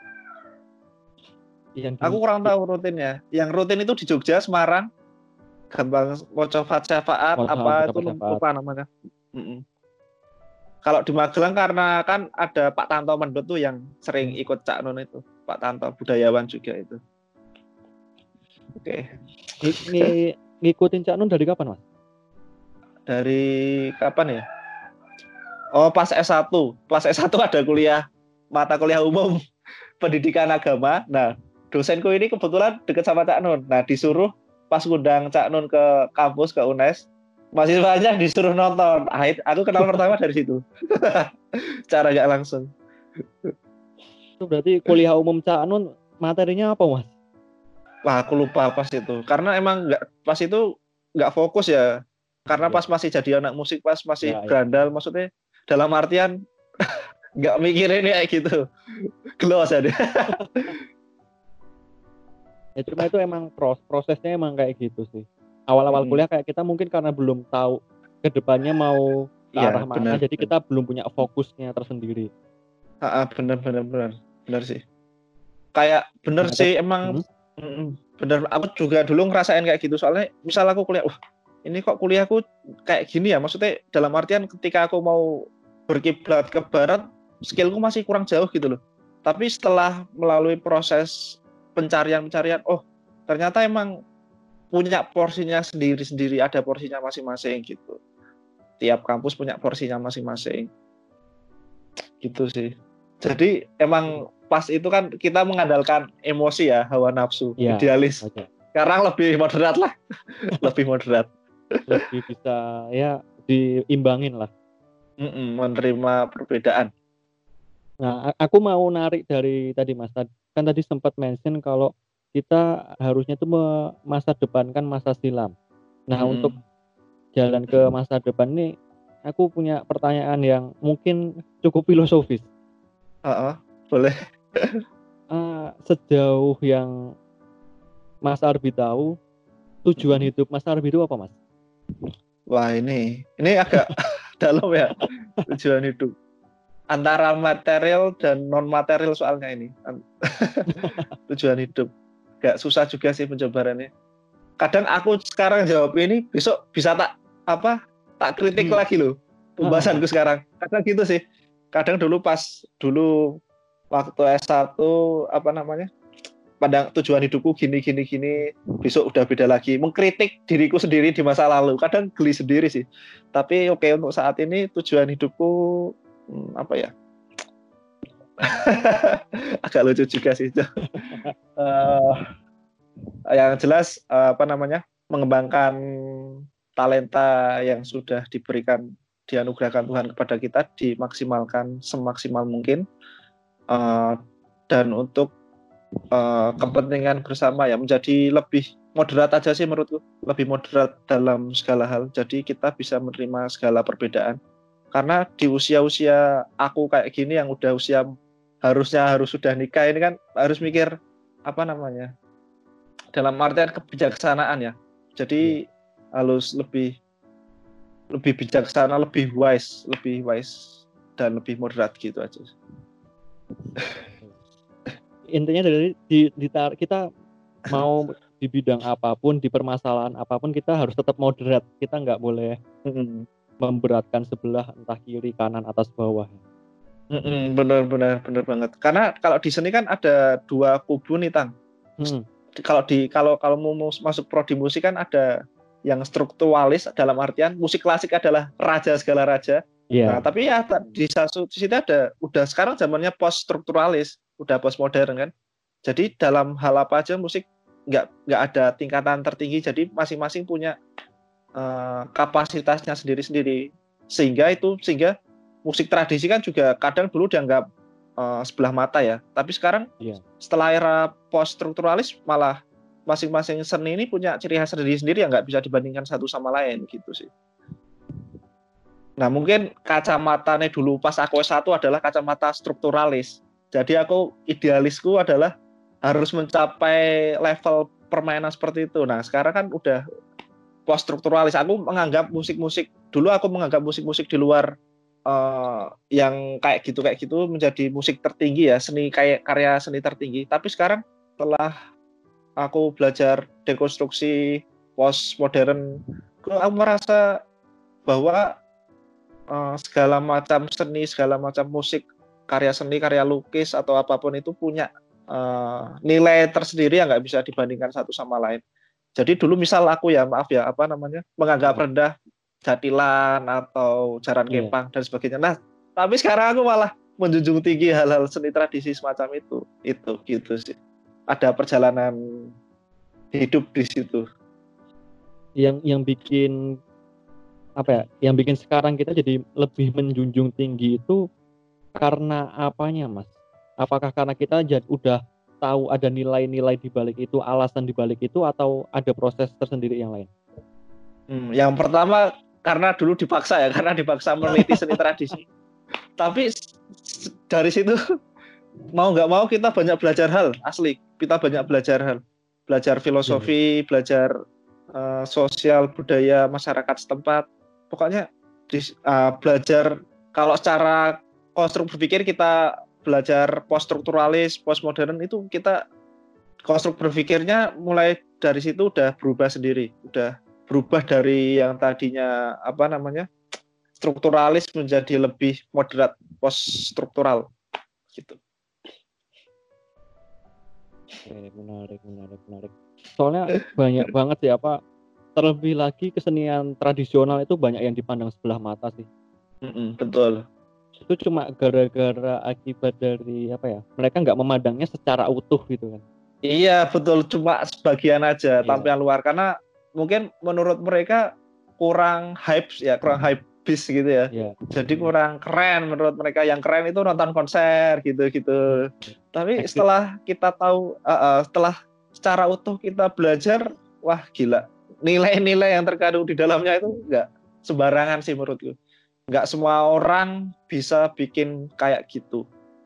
yang di... aku kurang tahu rutinnya. Yang rutin itu di Jogja, Semarang, Gambang Wocofat Syafaat apa itu lupa namanya. Mm-mm. Kalau di Magelang karena kan ada Pak Tanto Mendut tuh yang sering ikut Cak Nun itu, Pak Tanto budayawan juga itu. Oke. Okay. Ini ngikutin Cak Nun dari kapan Mas? Dari kapan ya? Oh pas S satu, pas S satu ada kuliah mata kuliah umum pendidikan agama. Nah dosenku ini kebetulan deket sama Cak Nun. Nah disuruh pas ngundang Cak Nun ke kampus ke U N E S, mahasiswanya disuruh nonton. Ah, aku kenal pertama dari situ. Cara nggak langsung. Itu berarti kuliah umum Cak Nun materinya apa Mas? Wah aku lupa pas itu. Karena emang nggak pas itu nggak fokus ya. Karena pas masih jadi anak musik, pas masih ya, berandal, ya. Maksudnya dalam artian nggak mikirin kayak gitu. Gelos aja. Ya cuma itu emang prosesnya emang kayak gitu sih. Awal-awal hmm. kuliah kayak kita mungkin karena belum tahu kedepannya mau ke arah ya, mana, bener, jadi bener. Kita belum punya fokusnya tersendiri. Ah, bener bener bener bener sih. Kayak bener nah, sih emang hmm. bener. Aku juga dulu ngerasain kayak gitu soalnya misal aku kuliah, wah ini kok kuliahku kayak gini ya, maksudnya dalam artian ketika aku mau berkiblat ke barat, skillku masih kurang jauh gitu loh. Tapi setelah melalui proses pencarian-pencarian, oh ternyata emang punya porsinya sendiri-sendiri, ada porsinya masing-masing gitu. Tiap kampus punya porsinya masing-masing. Gitu sih. Jadi emang pas itu kan kita mengandalkan emosi ya, hawa nafsu, ya, idealis. Okay. Sekarang lebih moderat lah. Lebih moderat. Lebih bisa ya diimbangin lah. Mm-mm, menerima perbedaan. Nah, aku mau narik dari tadi Mas, kan tadi sempat mention kalau kita harusnya itu masa depankan masa silam. Nah, hmm. untuk jalan ke masa depan ini, aku punya pertanyaan yang mungkin cukup filosofis. Uh-uh, boleh. uh, sejauh yang Mas Arbi tahu, tujuan hmm. hidup Mas Arbi itu apa, Mas? Wah, ini ini agak dalam ya, tujuan hidup. Antara material dan non material soalnya ini. Tujuan hidup. Gak susah juga sih penjabarannya. Kadang aku sekarang jawab ini, besok bisa tak apa tak kritik hmm. lagi loh pembahasanku ah. sekarang. Kadang gitu sih. Kadang dulu pas dulu waktu S satu apa namanya? Pada tujuan hidupku gini gini gini, besok udah beda lagi. Mengkritik diriku sendiri di masa lalu. Kadang geli sendiri sih. Tapi oke okay, untuk saat ini tujuan hidupku hmm, apa ya? Agak lucu juga sih itu. uh, yang jelas uh, apa namanya mengembangkan talenta yang sudah diberikan dianugerahkan Tuhan kepada kita dimaksimalkan semaksimal mungkin uh, dan untuk uh, kepentingan bersama ya menjadi lebih moderat aja sih menurutku, lebih moderat dalam segala hal. Jadi kita bisa menerima segala perbedaan. Karena di usia-usia aku kayak gini yang udah usia harusnya harus sudah nikah ini kan harus mikir apa namanya dalam artian kebijaksanaan ya. Jadi ya. Harus lebih lebih bijaksana, lebih wise, lebih wise dan lebih moderat gitu aja. Intinya dari di, di kita mau di bidang apapun, di permasalahan apapun kita harus tetap moderat. Kita nggak boleh hmm. memberatkan sebelah entah kiri, kanan, atas, bawah. Mm-mm, bener bener bener banget. Karena kalau di seni kan ada dua kubu nih Tang. Hmm. Kalau di kalau kalau mau masuk prodi musik kan ada yang struktuраlis dalam artian musik klasik adalah raja segala raja. Yeah. Nah tapi ya di satu sisi ada udah sekarang zamannya post strukturalis, udah post modern kan. Jadi dalam hal apa aja musik nggak nggak ada tingkatan tertinggi. Jadi masing-masing punya uh, kapasitasnya sendiri-sendiri. Sehingga itu sehingga musik tradisi kan juga kadang dulu dianggap uh, sebelah mata ya. Tapi sekarang yeah. setelah era post strukturalis malah masing-masing seni ini punya ciri khas sendiri-sendiri yang nggak bisa dibandingkan satu sama lain gitu sih. Nah mungkin kacamatanya dulu pas aku S satu adalah kacamata strukturalis. Jadi aku idealisku adalah harus mencapai level permainan seperti itu. Nah sekarang kan udah post strukturalis. Aku menganggap musik-musik dulu aku menganggap musik-musik di luar Uh, yang kayak gitu kayak gitu menjadi musik tertinggi ya, seni kayak karya seni tertinggi. Tapi sekarang setelah aku belajar dekonstruksi postmodern, aku merasa bahwa uh, segala macam seni, segala macam musik, karya seni, karya lukis atau apapun itu punya uh, nilai tersendiri yang nggak bisa dibandingkan satu sama lain. Jadi dulu misal aku ya maaf ya apa namanya menganggap rendah Jatilan atau Jaran Kepang yeah. dan sebagainya. Nah, tapi sekarang aku malah menjunjung tinggi hal-hal seni tradisi semacam itu. Itu gitu sih. Ada perjalanan hidup di situ. Yang yang bikin apa ya? Yang bikin sekarang kita jadi lebih menjunjung tinggi itu karena apanya, Mas? Apakah karena kita jadi udah tahu ada nilai-nilai di balik itu, alasan di balik itu, atau ada proses tersendiri yang lain? Hmm, yang pertama karena dulu dipaksa ya, karena dipaksa meneliti seni tradisi. Tapi dari situ mau nggak mau kita banyak belajar hal asli. Kita banyak belajar hal, belajar filosofi, hmm. belajar uh, sosial budaya masyarakat setempat. Pokoknya di, uh, belajar kalau secara konstruk berpikir kita belajar post strukturalis, postmodern itu kita konstruk berpikirnya mulai dari situ udah berubah sendiri, udah berubah dari yang tadinya apa namanya strukturalis menjadi lebih moderat post struktural gitu. Oke, menarik, menarik, menarik. Soalnya banyak banget sih apa terlebih lagi kesenian tradisional itu banyak yang dipandang sebelah mata sih. Mm-mm, betul. Itu cuma gara-gara akibat dari apa ya? Mereka nggak memandangnya secara utuh gitu kan. Iya betul, cuma sebagian aja Iya. tampilan luar karena mungkin menurut mereka kurang hype ya, kurang hype bis gitu ya. Iya. Jadi kurang keren menurut mereka. Yang keren itu nonton konser gitu-gitu. Hmm. Tapi Exit. setelah kita tahu, uh, uh, setelah secara utuh kita belajar, wah gila. Nilai-nilai yang terkandung di dalamnya itu nggak sembarangan sih menurutku. Nggak semua orang bisa bikin kayak gitu.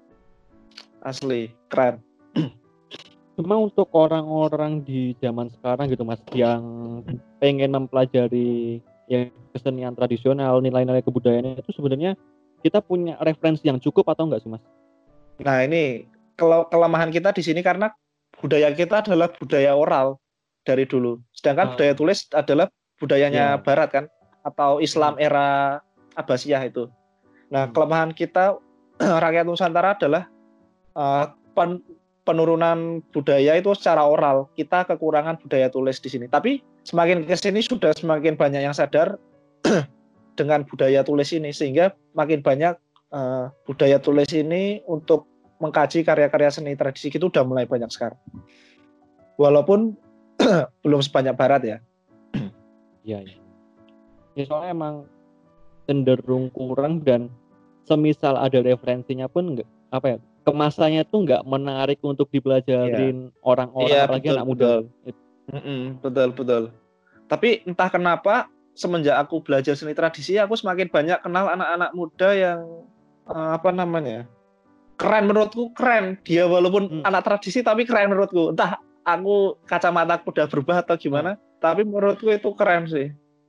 Asli, keren. Cuma untuk orang-orang di zaman sekarang gitu Mas yang pengen mempelajari ya kesenian tradisional, nilai-nilai kebudayaan itu sebenarnya kita punya referensi yang cukup atau enggak sih Mas? Nah ini kalau kelemahan kita di sini karena budaya kita adalah budaya oral dari dulu. Sedangkan Oh. budaya tulis adalah budayanya Yeah. Barat kan, atau Islam Hmm. era Abbasiyah itu. Nah Hmm. kelemahan kita rakyat Nusantara adalah uh, pen, penurunan budaya itu secara oral. Kita kekurangan budaya tulis di sini. Tapi semakin ke sini sudah semakin banyak yang sadar dengan budaya tulis ini, sehingga makin banyak uh, budaya tulis ini untuk mengkaji karya-karya seni tradisi itu udah mulai banyak sekarang. Walaupun belum sebanyak Barat ya. Iya, ya. Ya soalnya emang cenderung kurang dan semisal ada referensinya pun enggak apa ya kemasannya tuh nggak menarik untuk dipelajarin yeah. orang-orang yeah, apalagi betul, anak muda. Mm-mm, betul betul. Tapi entah kenapa semenjak aku belajar seni tradisi aku semakin banyak kenal anak-anak muda yang uh, apa namanya keren menurutku keren dia walaupun hmm. anak tradisi tapi keren menurutku. Entah aku kacamataku udah berubah atau gimana, hmm. tapi menurutku itu keren sih.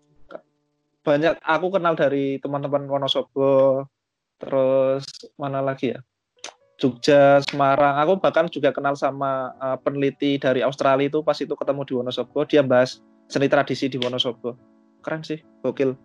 Banyak aku kenal dari teman-teman Wonosobo, terus mana lagi ya? Jogja, Semarang. Aku bahkan juga kenal sama uh, peneliti dari Australia itu pas itu ketemu di Wonosobo, dia bahas seni tradisi di Wonosobo. Keren sih, gokil.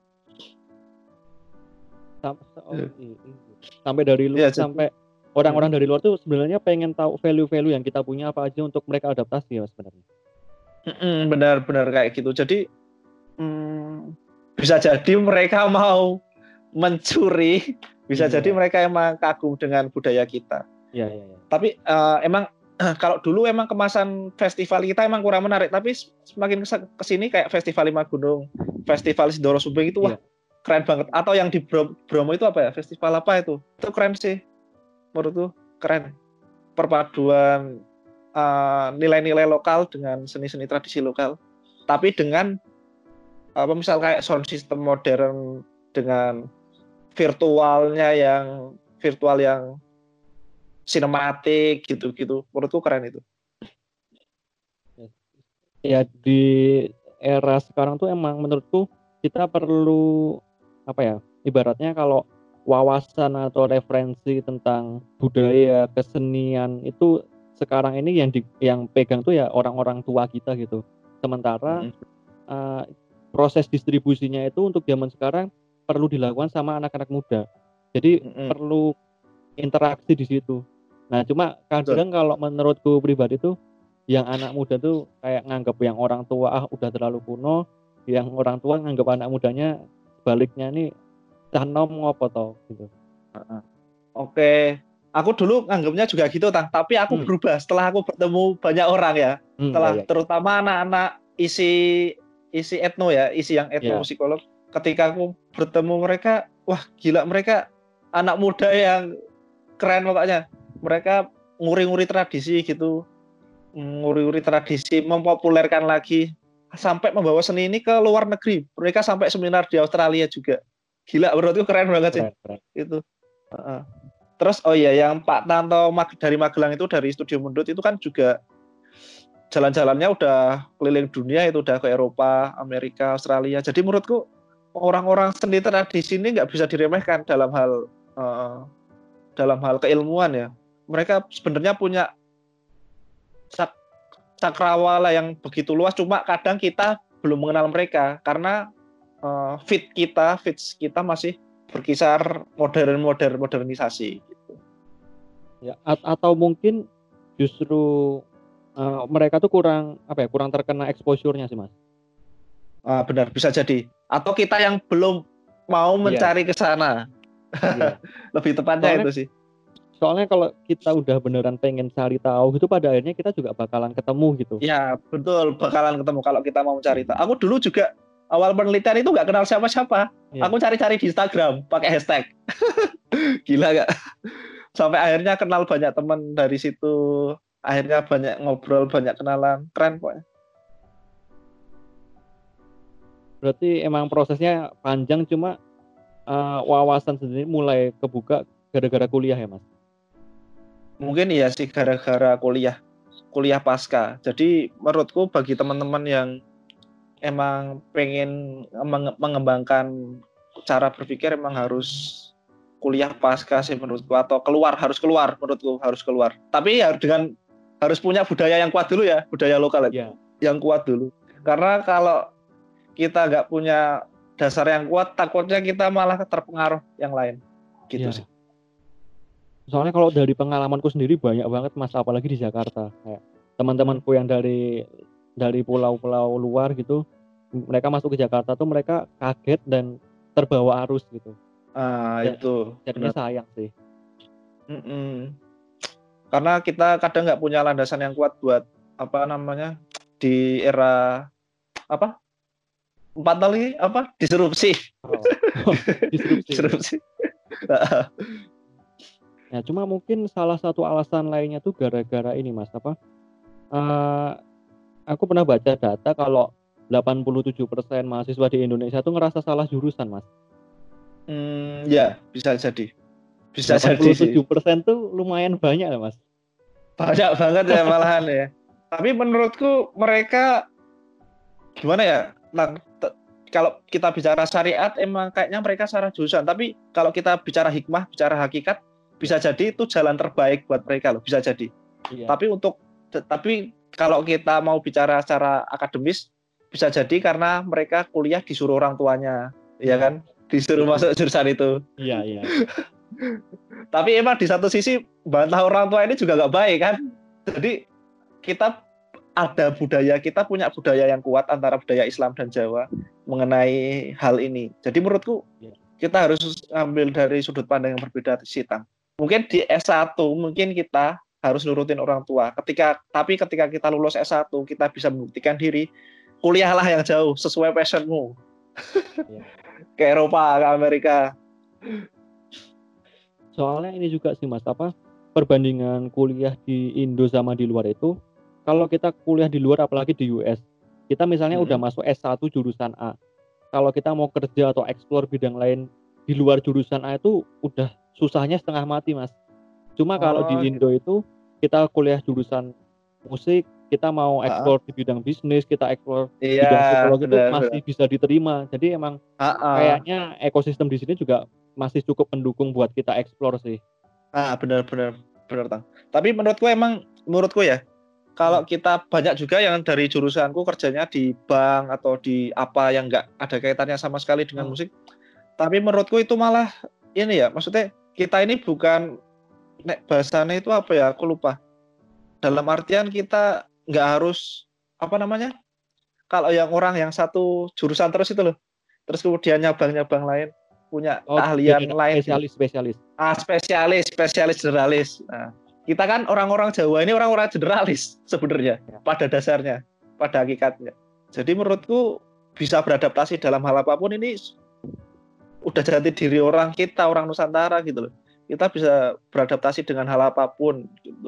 Sampai dari luar, ya, sampai orang-orang dari luar tuh sebenarnya pengen tahu value-value yang kita punya apa aja untuk mereka adaptasi ya sebenarnya. Benar-benar kayak gitu. Jadi hmm, bisa jadi mereka mau mencuri, bisa iya. jadi mereka emang kagum dengan budaya kita. Iya, iya, iya. Tapi uh, emang kalau dulu emang kemasan festival kita emang kurang menarik, tapi semakin kesini kayak festival Lima Gunung, festival Sindoro Sumbing itu iya. wah keren banget. Atau yang di Bromo itu apa ya? Festival apa itu? Itu keren sih. Menurutku keren. Perpaduan uh, nilai-nilai lokal dengan seni-seni tradisi lokal. Tapi dengan apa misal kayak sound system modern dengan virtualnya yang virtual yang sinematik gitu-gitu. Menurutku keren itu. Ya di era sekarang tuh emang menurutku kita perlu apa ya? Ibaratnya kalau wawasan atau referensi tentang budaya, kesenian itu sekarang ini yang di, yang pegang tuh ya orang-orang tua kita gitu. Sementara mm-hmm. uh, proses distribusinya itu untuk zaman sekarang perlu dilakukan sama anak-anak muda. Jadi mm-hmm. perlu interaksi di situ. Nah, cuma kadang kalau menurutku pribadi tuh yang anak muda tuh kayak nganggap yang orang tua ah udah terlalu kuno, yang orang tua nganggap anak mudanya sebaliknya nih nom ngopo toh gitu. Uh-huh. Oke, okay. Aku dulu nganggapnya juga gitu, Tang. Tapi aku hmm. berubah setelah aku bertemu banyak orang ya. Hmm, setelah ya, ya. Terutama anak-anak isi isi etno ya, isi yang etnomusikolog. Ya. Ketika aku bertemu mereka, wah gila mereka anak muda yang keren pokoknya. Mereka nguri-nguri tradisi gitu, nguri-nguri tradisi, mempopulerkan lagi sampai membawa seni ini ke luar negeri. Mereka sampai seminar di Australia juga. Gila, menurutku keren banget sih. Keren, keren. Itu. Uh-uh. Terus oh iya, yang Pak Tanto dari Magelang itu dari Studio Mundut itu kan juga jalan-jalannya udah keliling dunia, itu udah ke Eropa, Amerika, Australia. Jadi menurutku orang-orang seni tradisi ini nggak bisa diremehkan dalam hal uh, dalam hal keilmuan ya. Mereka sebenarnya punya sak cakrawala yang begitu luas, cuma kadang kita belum mengenal mereka karena uh, fit kita, fit kita masih berkisar modern-modern modernisasi gitu. Ya, atau mungkin justru uh, mereka tuh kurang apa ya, kurang terkena exposure-nya sih, Mas. Ah, benar, bisa jadi. Atau kita yang belum mau mencari yeah. ke sana. Yeah. Lebih tepatnya soalnya, itu sih. Soalnya kalau kita udah beneran pengen cari tahu gitu, pada akhirnya kita juga bakalan ketemu gitu. Ya, betul, bakalan ketemu kalau kita mau cari tahu. Aku dulu juga awal penelitian itu nggak kenal siapa-siapa. Yeah. Aku cari-cari di Instagram pakai hashtag. Gila gak? Sampai akhirnya kenal banyak teman dari situ. Akhirnya banyak ngobrol, banyak kenalan. Keren pokoknya. Berarti emang prosesnya panjang, cuma uh, wawasan sendiri mulai kebuka gara-gara kuliah ya, Mas? Mungkin iya sih gara-gara kuliah. Kuliah pasca. Jadi menurutku bagi teman-teman yang emang pengen mengembangkan cara berpikir, emang harus kuliah pasca sih menurutku, atau keluar, harus keluar menurutku, harus keluar. Tapi ya dengan harus punya budaya yang kuat dulu ya, budaya lokal ya. Yang kuat dulu. Karena kalau kita nggak punya dasar yang kuat, takutnya kita malah terpengaruh yang lain gitu ya. Sih. Soalnya kalau dari pengalamanku sendiri banyak banget, Mas, apalagi di Jakarta. Kayak teman-temanku yang dari dari pulau-pulau luar gitu, mereka masuk ke Jakarta tuh mereka kaget dan terbawa arus gitu. Ah, dan, itu jadinya benar. Sayang sih. Mm-mm. Karena kita kadang nggak punya landasan yang kuat buat apa namanya di era apa empat kali apa disrupsi. Oh. disrupsi. disrupsi. Ya, cuma mungkin salah satu alasan lainnya tuh gara-gara ini, Mas, apa? Uh, aku pernah baca data kalau delapan puluh tujuh persen mahasiswa di Indonesia tuh ngerasa salah jurusan, Mas. Hmm, ya, bisa jadi. Bisa delapan puluh tujuh persen jadi. Tuh lumayan banyak ya, Mas. Banyak banget ya malahan ya. Tapi menurutku mereka gimana ya? Nah, t- kalau kita bicara syariat emang kayaknya mereka salah jurusan. Tapi kalau kita bicara hikmah, bicara hakikat, bisa jadi itu jalan terbaik buat mereka loh, bisa jadi. Iya. Tapi untuk tapi kalau kita mau bicara secara akademis, bisa jadi karena mereka kuliah disuruh orang tuanya, ya kan? Disuruh itu. Masuk jurusan itu. Iya, iya. Tapi emang di satu sisi bantah orang tua ini juga nggak baik kan? Jadi kita ada budaya, kita punya budaya yang kuat antara budaya Islam dan Jawa mengenai hal ini. Jadi menurutku kita harus ambil dari sudut pandang yang berbeda di situ. Mungkin di S satu mungkin kita harus nurutin orang tua. Ketika tapi ketika kita lulus S satu kita bisa membuktikan diri, kuliahlah yang jauh sesuai passionmu. Ya. Ke Eropa, ke Amerika. Soalnya ini juga sih, Mas, apa perbandingan kuliah di Indo sama di luar itu, kalau kita kuliah di luar apalagi di U S, kita misalnya hmm. udah masuk S satu jurusan A. Kalau kita mau kerja atau explore bidang lain di luar jurusan A itu udah susahnya setengah mati, Mas. Cuma oh, kalau di Indo gitu. Itu kita kuliah jurusan musik, kita mau explore uh-uh. di bidang bisnis, kita explore iya, bidang psikologi itu bener, masih bener. bisa diterima. Jadi emang uh-uh. kayaknya ekosistem di sini juga masih cukup mendukung buat kita explore sih. Ah, benar-benar benar, Tang. Tapi menurutku emang menurutku ya, kalau hmm. kita banyak juga yang dari jurusanku kerjanya di bank atau di apa yang enggak ada kaitannya sama sekali dengan hmm. musik. Tapi menurutku itu malah ini ya, maksudnya kita ini bukan nek bahasanya itu apa ya, aku lupa. Dalam artian kita nggak harus apa namanya, kalau yang orang yang satu jurusan terus itu loh, terus kemudian nyabang-nyabang lain, punya oh, keahlian lain, spesialis spesialis ah spesialis spesialis generalis. Nah, kita kan orang-orang Jawa ini orang-orang generalis sebenarnya ya. Pada dasarnya, pada hakikatnya. Jadi menurutku bisa beradaptasi dalam hal apapun ini udah jati diri orang kita, orang Nusantara gitu loh. Kita bisa beradaptasi dengan hal apapun gitu.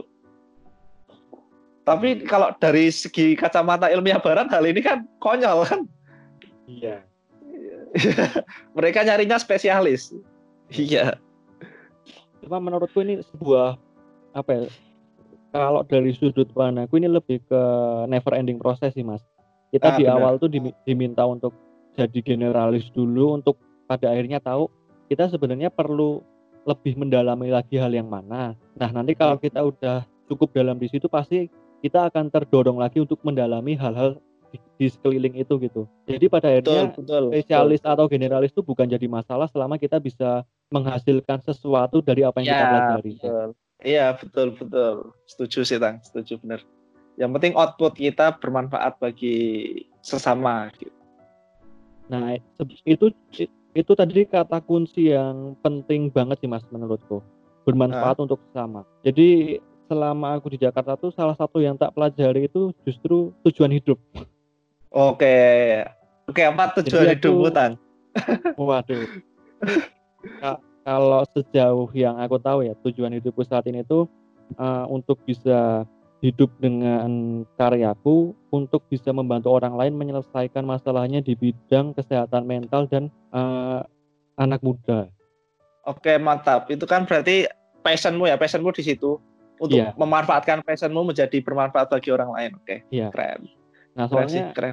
Tapi kalau dari segi kacamata ilmiah barat, hal ini kan konyol kan? Iya. Mereka nyarinya spesialis. Iya. Cuma menurutku ini sebuah apa ya? Kalau dari sudut pandangku ini lebih ke never ending proses sih, Mas. Kita ah, di benar. Awal tuh diminta untuk jadi generalis dulu, untuk pada akhirnya tahu kita sebenarnya perlu lebih mendalami lagi hal yang mana. Nah, nanti kalau kita udah cukup dalam di situ, pasti kita akan terdorong lagi untuk mendalami hal-hal di, di sekeliling itu gitu. Jadi pada akhirnya betul, betul, spesialis betul. atau generalis itu bukan jadi masalah selama kita bisa menghasilkan sesuatu dari apa yang Ya, kita pelajari. betul. Iya, betul, betul. Setuju sih, Tang. Setuju, benar. Yang penting output kita bermanfaat bagi sesama gitu. Nah, itu itu tadi kata kunci yang penting banget sih Mas menurutku. Bermanfaat nah. untuk sesama. Jadi selama aku di Jakarta tuh salah satu yang tak pelajari itu justru tujuan hidup. Oke. Oke, apa tujuan Jadi hidupmu, Tang? Waduh. Ka- kalau sejauh yang aku tahu ya, tujuan hidupku saat ini tuh uh, untuk bisa hidup dengan karyaku, untuk bisa membantu orang lain menyelesaikan masalahnya di bidang kesehatan mental dan uh, anak muda. Oke, mantap. Itu kan berarti passionmu ya, passionmu di situ untuk yeah. memanfaatkan passionmu menjadi bermanfaat bagi orang lain. Oke, yeah. Keren. Nah, keren soalnya sih, keren.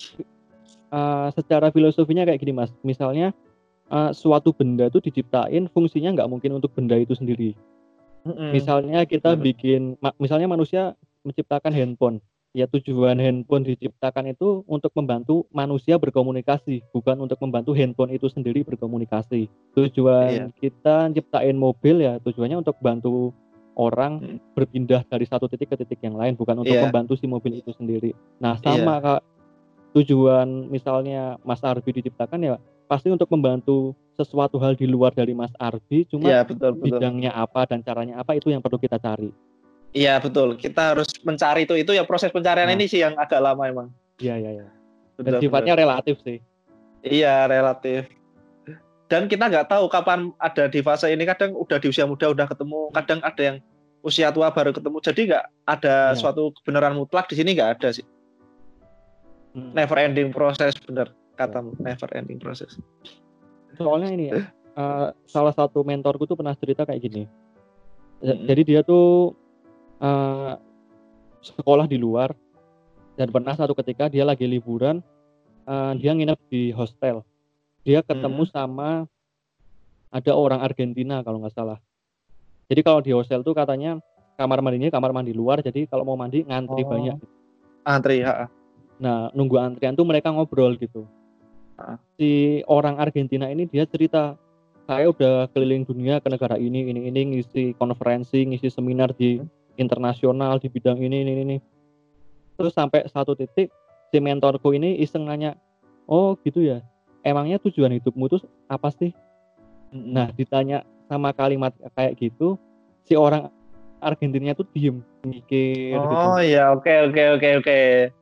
Uh, secara filosofinya kayak gini Mas, misalnya uh, suatu benda itu diciptain fungsinya nggak mungkin untuk benda itu sendiri. Mm-hmm. Misalnya kita Benar. bikin, misalnya manusia menciptakan handphone, ya tujuan handphone diciptakan itu untuk membantu manusia berkomunikasi, bukan untuk membantu handphone itu sendiri berkomunikasi. Tujuan yeah. kita ciptain mobil ya tujuannya untuk bantu orang hmm. berpindah dari satu titik ke titik yang lain, bukan untuk yeah. membantu si mobil itu sendiri. Nah sama yeah. Kak, tujuan misalnya Mas Arbi diciptakan ya pasti untuk membantu sesuatu hal di luar dari Mas Arbi, cuma ya, betul, betul. bidangnya apa dan caranya apa itu yang perlu kita cari. Iya betul, kita harus mencari itu, itu ya proses pencarian nah. ini sih yang agak lama emang. Iya iya iya. Dan sifatnya bener. relatif sih. Iya relatif. Dan kita nggak tahu kapan ada di fase ini, kadang udah di usia muda udah ketemu, kadang ada yang usia tua baru ketemu. Jadi nggak ada ya. suatu kebenaran mutlak di sini, nggak ada sih. Hmm. Never ending proses, bener kata ya. never ending proses. Soalnya ini ya, uh, salah satu mentorku tuh pernah cerita kayak gini. Mm-hmm. Jadi dia tuh uh, sekolah di luar dan pernah satu ketika dia lagi liburan, uh, dia nginep di hostel. Dia ketemu mm-hmm. sama ada orang Argentina kalau nggak salah. Jadi kalau di hostel tuh katanya kamar mandinya kamar mandi luar, jadi kalau mau mandi ngantri oh. banyak. Antri ya. Nah nunggu antrian tuh mereka ngobrol gitu. Si orang Argentina ini dia cerita, saya udah keliling dunia ke negara ini, ini, ini, ngisi konferensi, ngisi seminar di internasional di bidang ini, ini, ini. Terus sampai satu titik, si mentorku ini iseng nanya, oh gitu ya, emangnya tujuan hidupmu tuh apa sih? Nah ditanya sama kalimat kayak gitu, si orang Argentinanya tuh diem, mikir oh, gitu. Oh iya, oke, oke, oke, oke.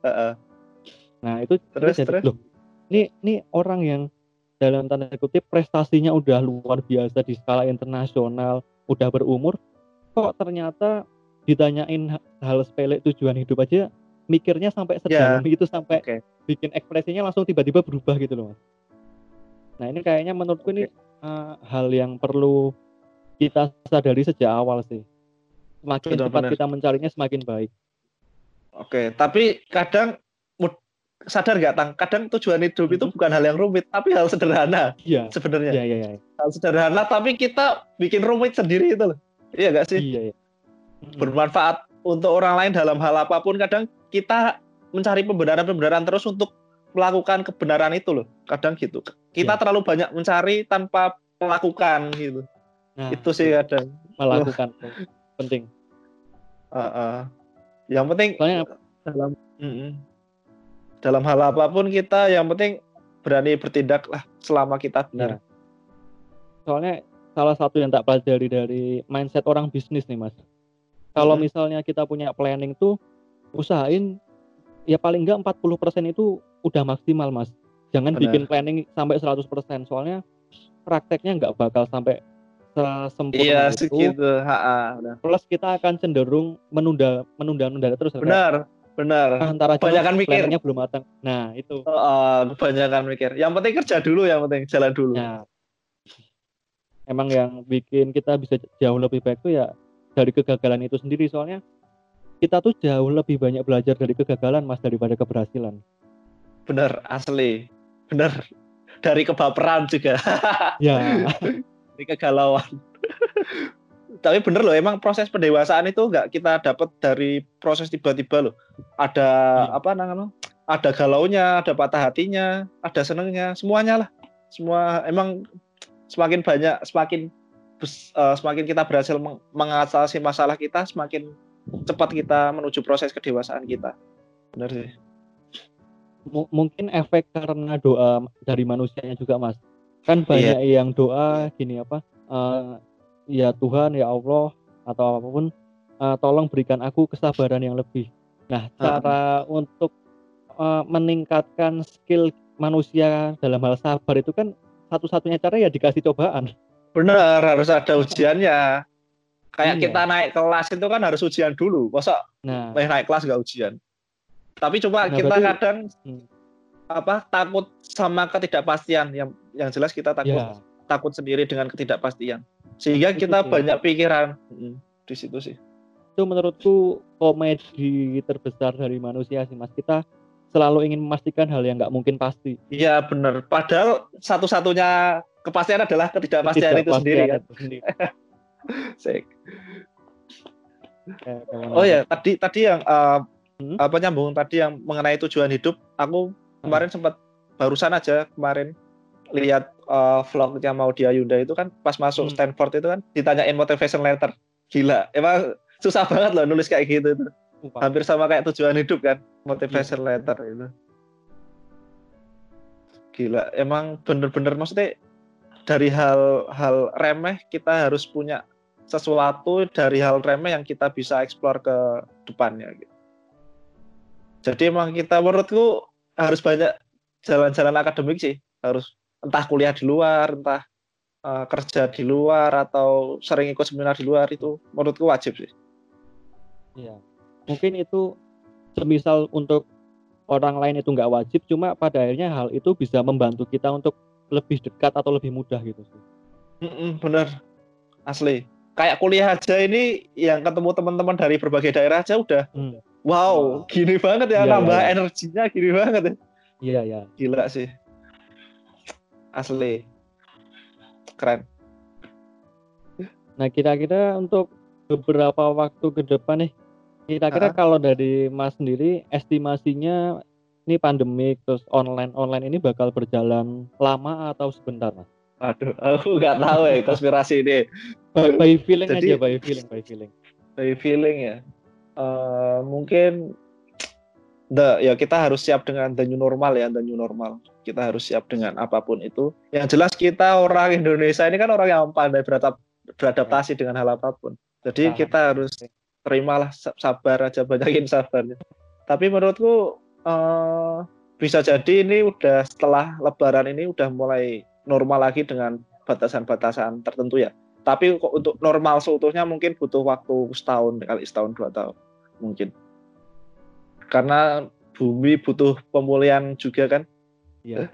Nah itu terus, itu terus. Loh, Ini, ini orang yang dalam tanda kutip prestasinya udah luar biasa di skala internasional, udah berumur, kok ternyata ditanyain hal sepele tujuan hidup aja mikirnya sampai sedalam yeah. itu, sampai okay. bikin ekspresinya langsung tiba-tiba berubah gitu loh Mas. Nah ini kayaknya menurutku okay. ini uh, hal yang perlu kita sadari sejak awal sih. Semakin benar, cepat benar. kita mencarinya semakin baik. Oke, okay. tapi kadang sadar nggak Tang, kadang tujuan hidup mm-hmm. itu bukan hal yang rumit, tapi hal sederhana. Iya. Sebenarnya. Iya, iya, iya. Hal sederhana, tapi kita bikin rumit sendiri itu loh. Iya nggak sih? Iya, iya. Mm-hmm. Bermanfaat untuk orang lain dalam hal apapun, kadang kita mencari pembenaran-pembenaran terus untuk melakukan kebenaran itu loh. Kadang gitu. Kita iya. terlalu banyak mencari tanpa melakukan gitu. Nah, itu sih kadang. Melakukan penting. Uh-uh. Yang penting soalnya dalam mm-mm. dalam hal apapun kita yang penting berani bertindak lah selama kita benar. Ya. Soalnya salah satu yang tak pelajari dari mindset orang bisnis nih Mas. Kalau hmm. misalnya kita punya planning tuh usahain ya paling enggak empat puluh persen itu udah maksimal Mas. Jangan benar. Bikin planning sampai seratus persen soalnya prakteknya nggak bakal sampai sesempurna iya, itu. Segitu. Ha-ha, plus kita akan cenderung menunda menunda-nunda terus. Benar. Benar. Antara kebanyakan mikir. belum matang. Nah, itu. Uh, kebanyakan mikir. Yang penting kerja dulu, yang penting jalan dulu. Nah, emang yang bikin kita bisa jauh lebih baik tuh ya dari kegagalan itu sendiri. Soalnya kita tuh jauh lebih banyak belajar dari kegagalan Mas daripada keberhasilan. Benar, asli. Benar. Dari kebaperan juga. Ya. Dari kegalauan. Tapi bener loh, emang proses pendewasaan itu nggak kita dapat dari proses tiba-tiba loh. Ada hmm. apa namanya? ada galaunya, ada patah hatinya, ada senengnya, semuanya lah. Semua emang semakin banyak, semakin uh, semakin kita berhasil meng- mengatasi masalah kita, semakin cepat kita menuju proses kedewasaan kita. Benar sih. M- mungkin efek karena doa dari manusianya juga, Mas. Kan banyak yeah. yang doa gini apa? Uh, ya Tuhan, ya Allah atau apapun, uh, tolong berikan aku kesabaran yang lebih. Nah, cara uh. untuk uh, meningkatkan skill manusia dalam hal sabar itu kan satu-satunya cara ya dikasih cobaan. Benar, harus ada ujiannya. Kayak iya. Kita naik kelas itu kan harus ujian dulu. Masa nah. naik kelas nggak ujian? Tapi coba nah, kita berarti, kadang hmm. apa takut sama ketidakpastian. Yang yang jelas kita takut ya. takut sendiri dengan ketidakpastian. Sehingga itu kita sih. banyak pikiran hmm, di situ sih. Itu menurutku komedi terbesar dari manusia sih, Mas. Kita selalu ingin memastikan hal yang nggak mungkin pasti. Iya benar. Padahal satu-satunya kepastian adalah ketidakpastian, ketidakpastian itu sendiri kan. Itu sendiri. Oh ya, tadi tadi yang uh, hmm? apa nyambung tadi yang mengenai tujuan hidup. Aku kemarin hmm. sempat barusan aja kemarin lihat uh, vlognya Maudy Ayunda itu kan pas masuk hmm. Stanford itu kan ditanyain motivation letter. Gila, emang susah banget loh nulis kayak gitu itu. Hampir sama kayak tujuan hidup kan, motivation hmm. letter itu. Gila, emang bener-bener maksudnya dari hal-hal remeh kita harus punya sesuatu dari hal remeh yang kita bisa eksplor ke depannya gitu. Jadi emang kita menurutku harus banyak jalan-jalan akademik sih, harus entah kuliah di luar, entah uh, kerja di luar atau sering ikut seminar di luar, itu menurutku wajib sih. Iya. Mungkin itu semisal untuk orang lain itu nggak wajib, cuma pada akhirnya hal itu bisa membantu kita untuk lebih dekat atau lebih mudah gitu sih. Mm-mm, bener, asli. Kayak kuliah aja ini yang ketemu teman-teman dari berbagai daerah aja udah hmm. wow, wow, gini banget ya, ya nambah ya, ya. energinya gini banget ya. Iya ya. Gila sih, asli, keren. Nah kira-kira untuk beberapa waktu ke depan nih, kira-kira uh-huh. kalau dari Mas sendiri estimasinya ini pandemi terus online online ini bakal berjalan lama atau sebentar, Mas? Aduh, aku nggak tahu ya konspirasi ini. By, by feeling Jadi, aja, by feeling, by feeling. By feeling ya. Uh, mungkin the ya kita harus siap dengan the new normal ya, the new normal. Kita harus siap dengan apapun itu. Yang jelas kita orang Indonesia ini kan orang yang pandai beradap, beradaptasi ya. dengan hal apapun. Jadi nah, kita harus terimalah, sabar aja, banyakin sabarnya. Tapi menurutku uh, bisa jadi ini udah setelah Lebaran ini udah mulai normal lagi dengan batasan-batasan tertentu ya. Tapi untuk normal seutuhnya mungkin butuh waktu setahun kali setahun dua tahun mungkin. Karena bumi butuh pemulihan juga kan. Iya.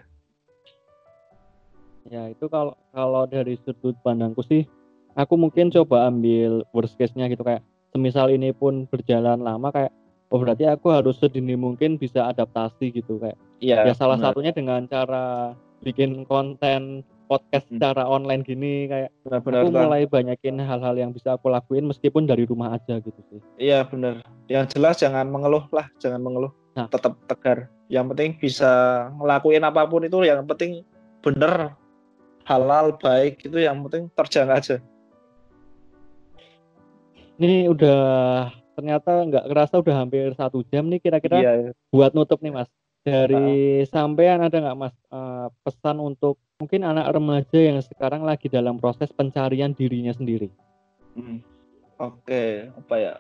Ya itu kalau kalau dari sudut pandangku sih, aku mungkin coba ambil worst case-nya gitu, kayak semisal ini pun berjalan lama, kayak oh berarti aku harus sedini mungkin bisa adaptasi gitu, kayak. Iya. Ya salah benar. Satunya dengan cara bikin konten podcast hmm. secara online gini, kayak benar-benar aku mulai banyakin hal-hal yang bisa aku lakuin meskipun dari rumah aja gitu sih. Iya benar. Yang jelas jangan mengeluh lah, jangan mengeluh. Nah. Tetap tegar. Yang penting bisa ngelakuin apapun itu, yang penting bener, halal, baik, itu yang penting terjang aja. Ini udah ternyata nggak kerasa udah hampir satu jam nih kira-kira. Iya. Buat nutup nih Mas. Dari uh. sampean ada nggak Mas uh, pesan untuk mungkin anak remaja yang sekarang lagi dalam proses pencarian dirinya sendiri? Hmm. Oke, okay. apa ya?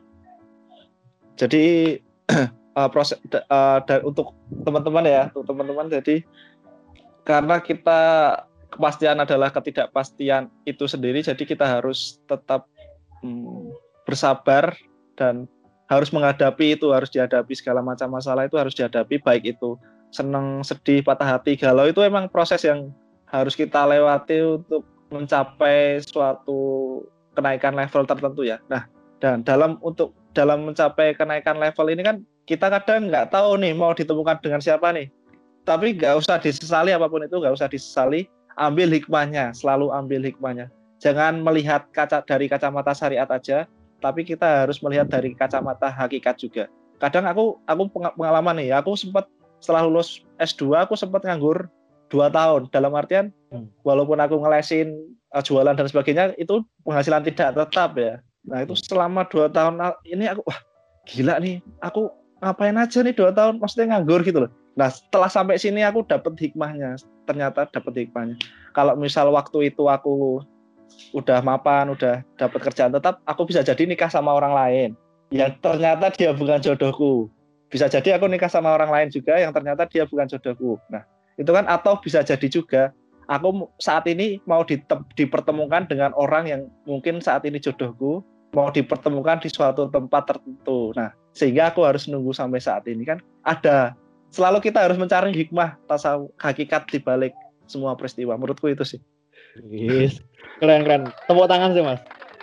Jadi uh, proses uh, dan untuk teman-teman ya, untuk teman-teman jadi karena kita kepastian adalah ketidakpastian itu sendiri, jadi kita harus tetap hmm, bersabar dan harus menghadapi itu, harus dihadapi segala macam masalah itu harus dihadapi, baik itu senang, sedih, patah hati, galau, itu emang proses yang harus kita lewati untuk mencapai suatu kenaikan level tertentu ya. Nah, dan dalam untuk dalam mencapai kenaikan level ini kan kita kadang nggak tahu nih mau ditemukan dengan siapa nih. Tapi nggak usah disesali apapun itu, nggak usah disesali, ambil hikmahnya, selalu ambil hikmahnya. Jangan melihat kaca dari kacamata syariat aja, tapi kita harus melihat dari kacamata hakikat juga. Kadang aku aku pengalaman nih, aku sempat setelah lulus S dua aku sempat nganggur dua tahun. Dalam artian hmm. walaupun aku ngelesin uh, jualan dan sebagainya itu penghasilan tidak tetap ya. Nah itu selama dua tahun ini aku wah gila nih, aku ngapain aja nih dua tahun maksudnya nganggur gitu loh. Nah setelah sampai sini aku dapat hikmahnya, ternyata dapat hikmahnya. Kalau misal waktu itu aku udah mapan, udah dapat kerjaan tetap, aku bisa jadi nikah sama orang lain yang ternyata dia bukan jodohku. Bisa jadi aku nikah sama orang lain juga yang ternyata dia bukan jodohku. Nah itu kan, atau bisa jadi juga aku saat ini mau dipertemukan dengan orang yang mungkin saat ini jodohku, mau dipertemukan di suatu tempat tertentu. Nah sehingga aku harus nunggu sampai saat ini kan. Ada, selalu kita harus mencari hikmah, tasawuf, hakikat di balik semua peristiwa. Menurutku itu sih. Yes. Keren keren. Tepuk tangan sih mas.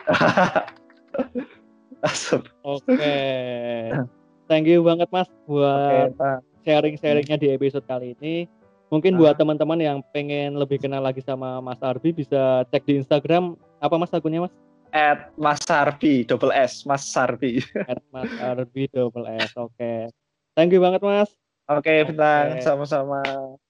Oke. Okay. Thank you banget mas buat okay, sharing-sharingnya di episode kali ini. Mungkin buat teman-teman yang pengen lebih kenal lagi sama Mas Arbi bisa cek di Instagram apa mas akunnya mas? At Mas Arbi double S Mas Arbi. At Mas Arbi double S. Oke. Okay. Thank you banget mas. Oke, okay, Bintang. Okay. Sama-sama.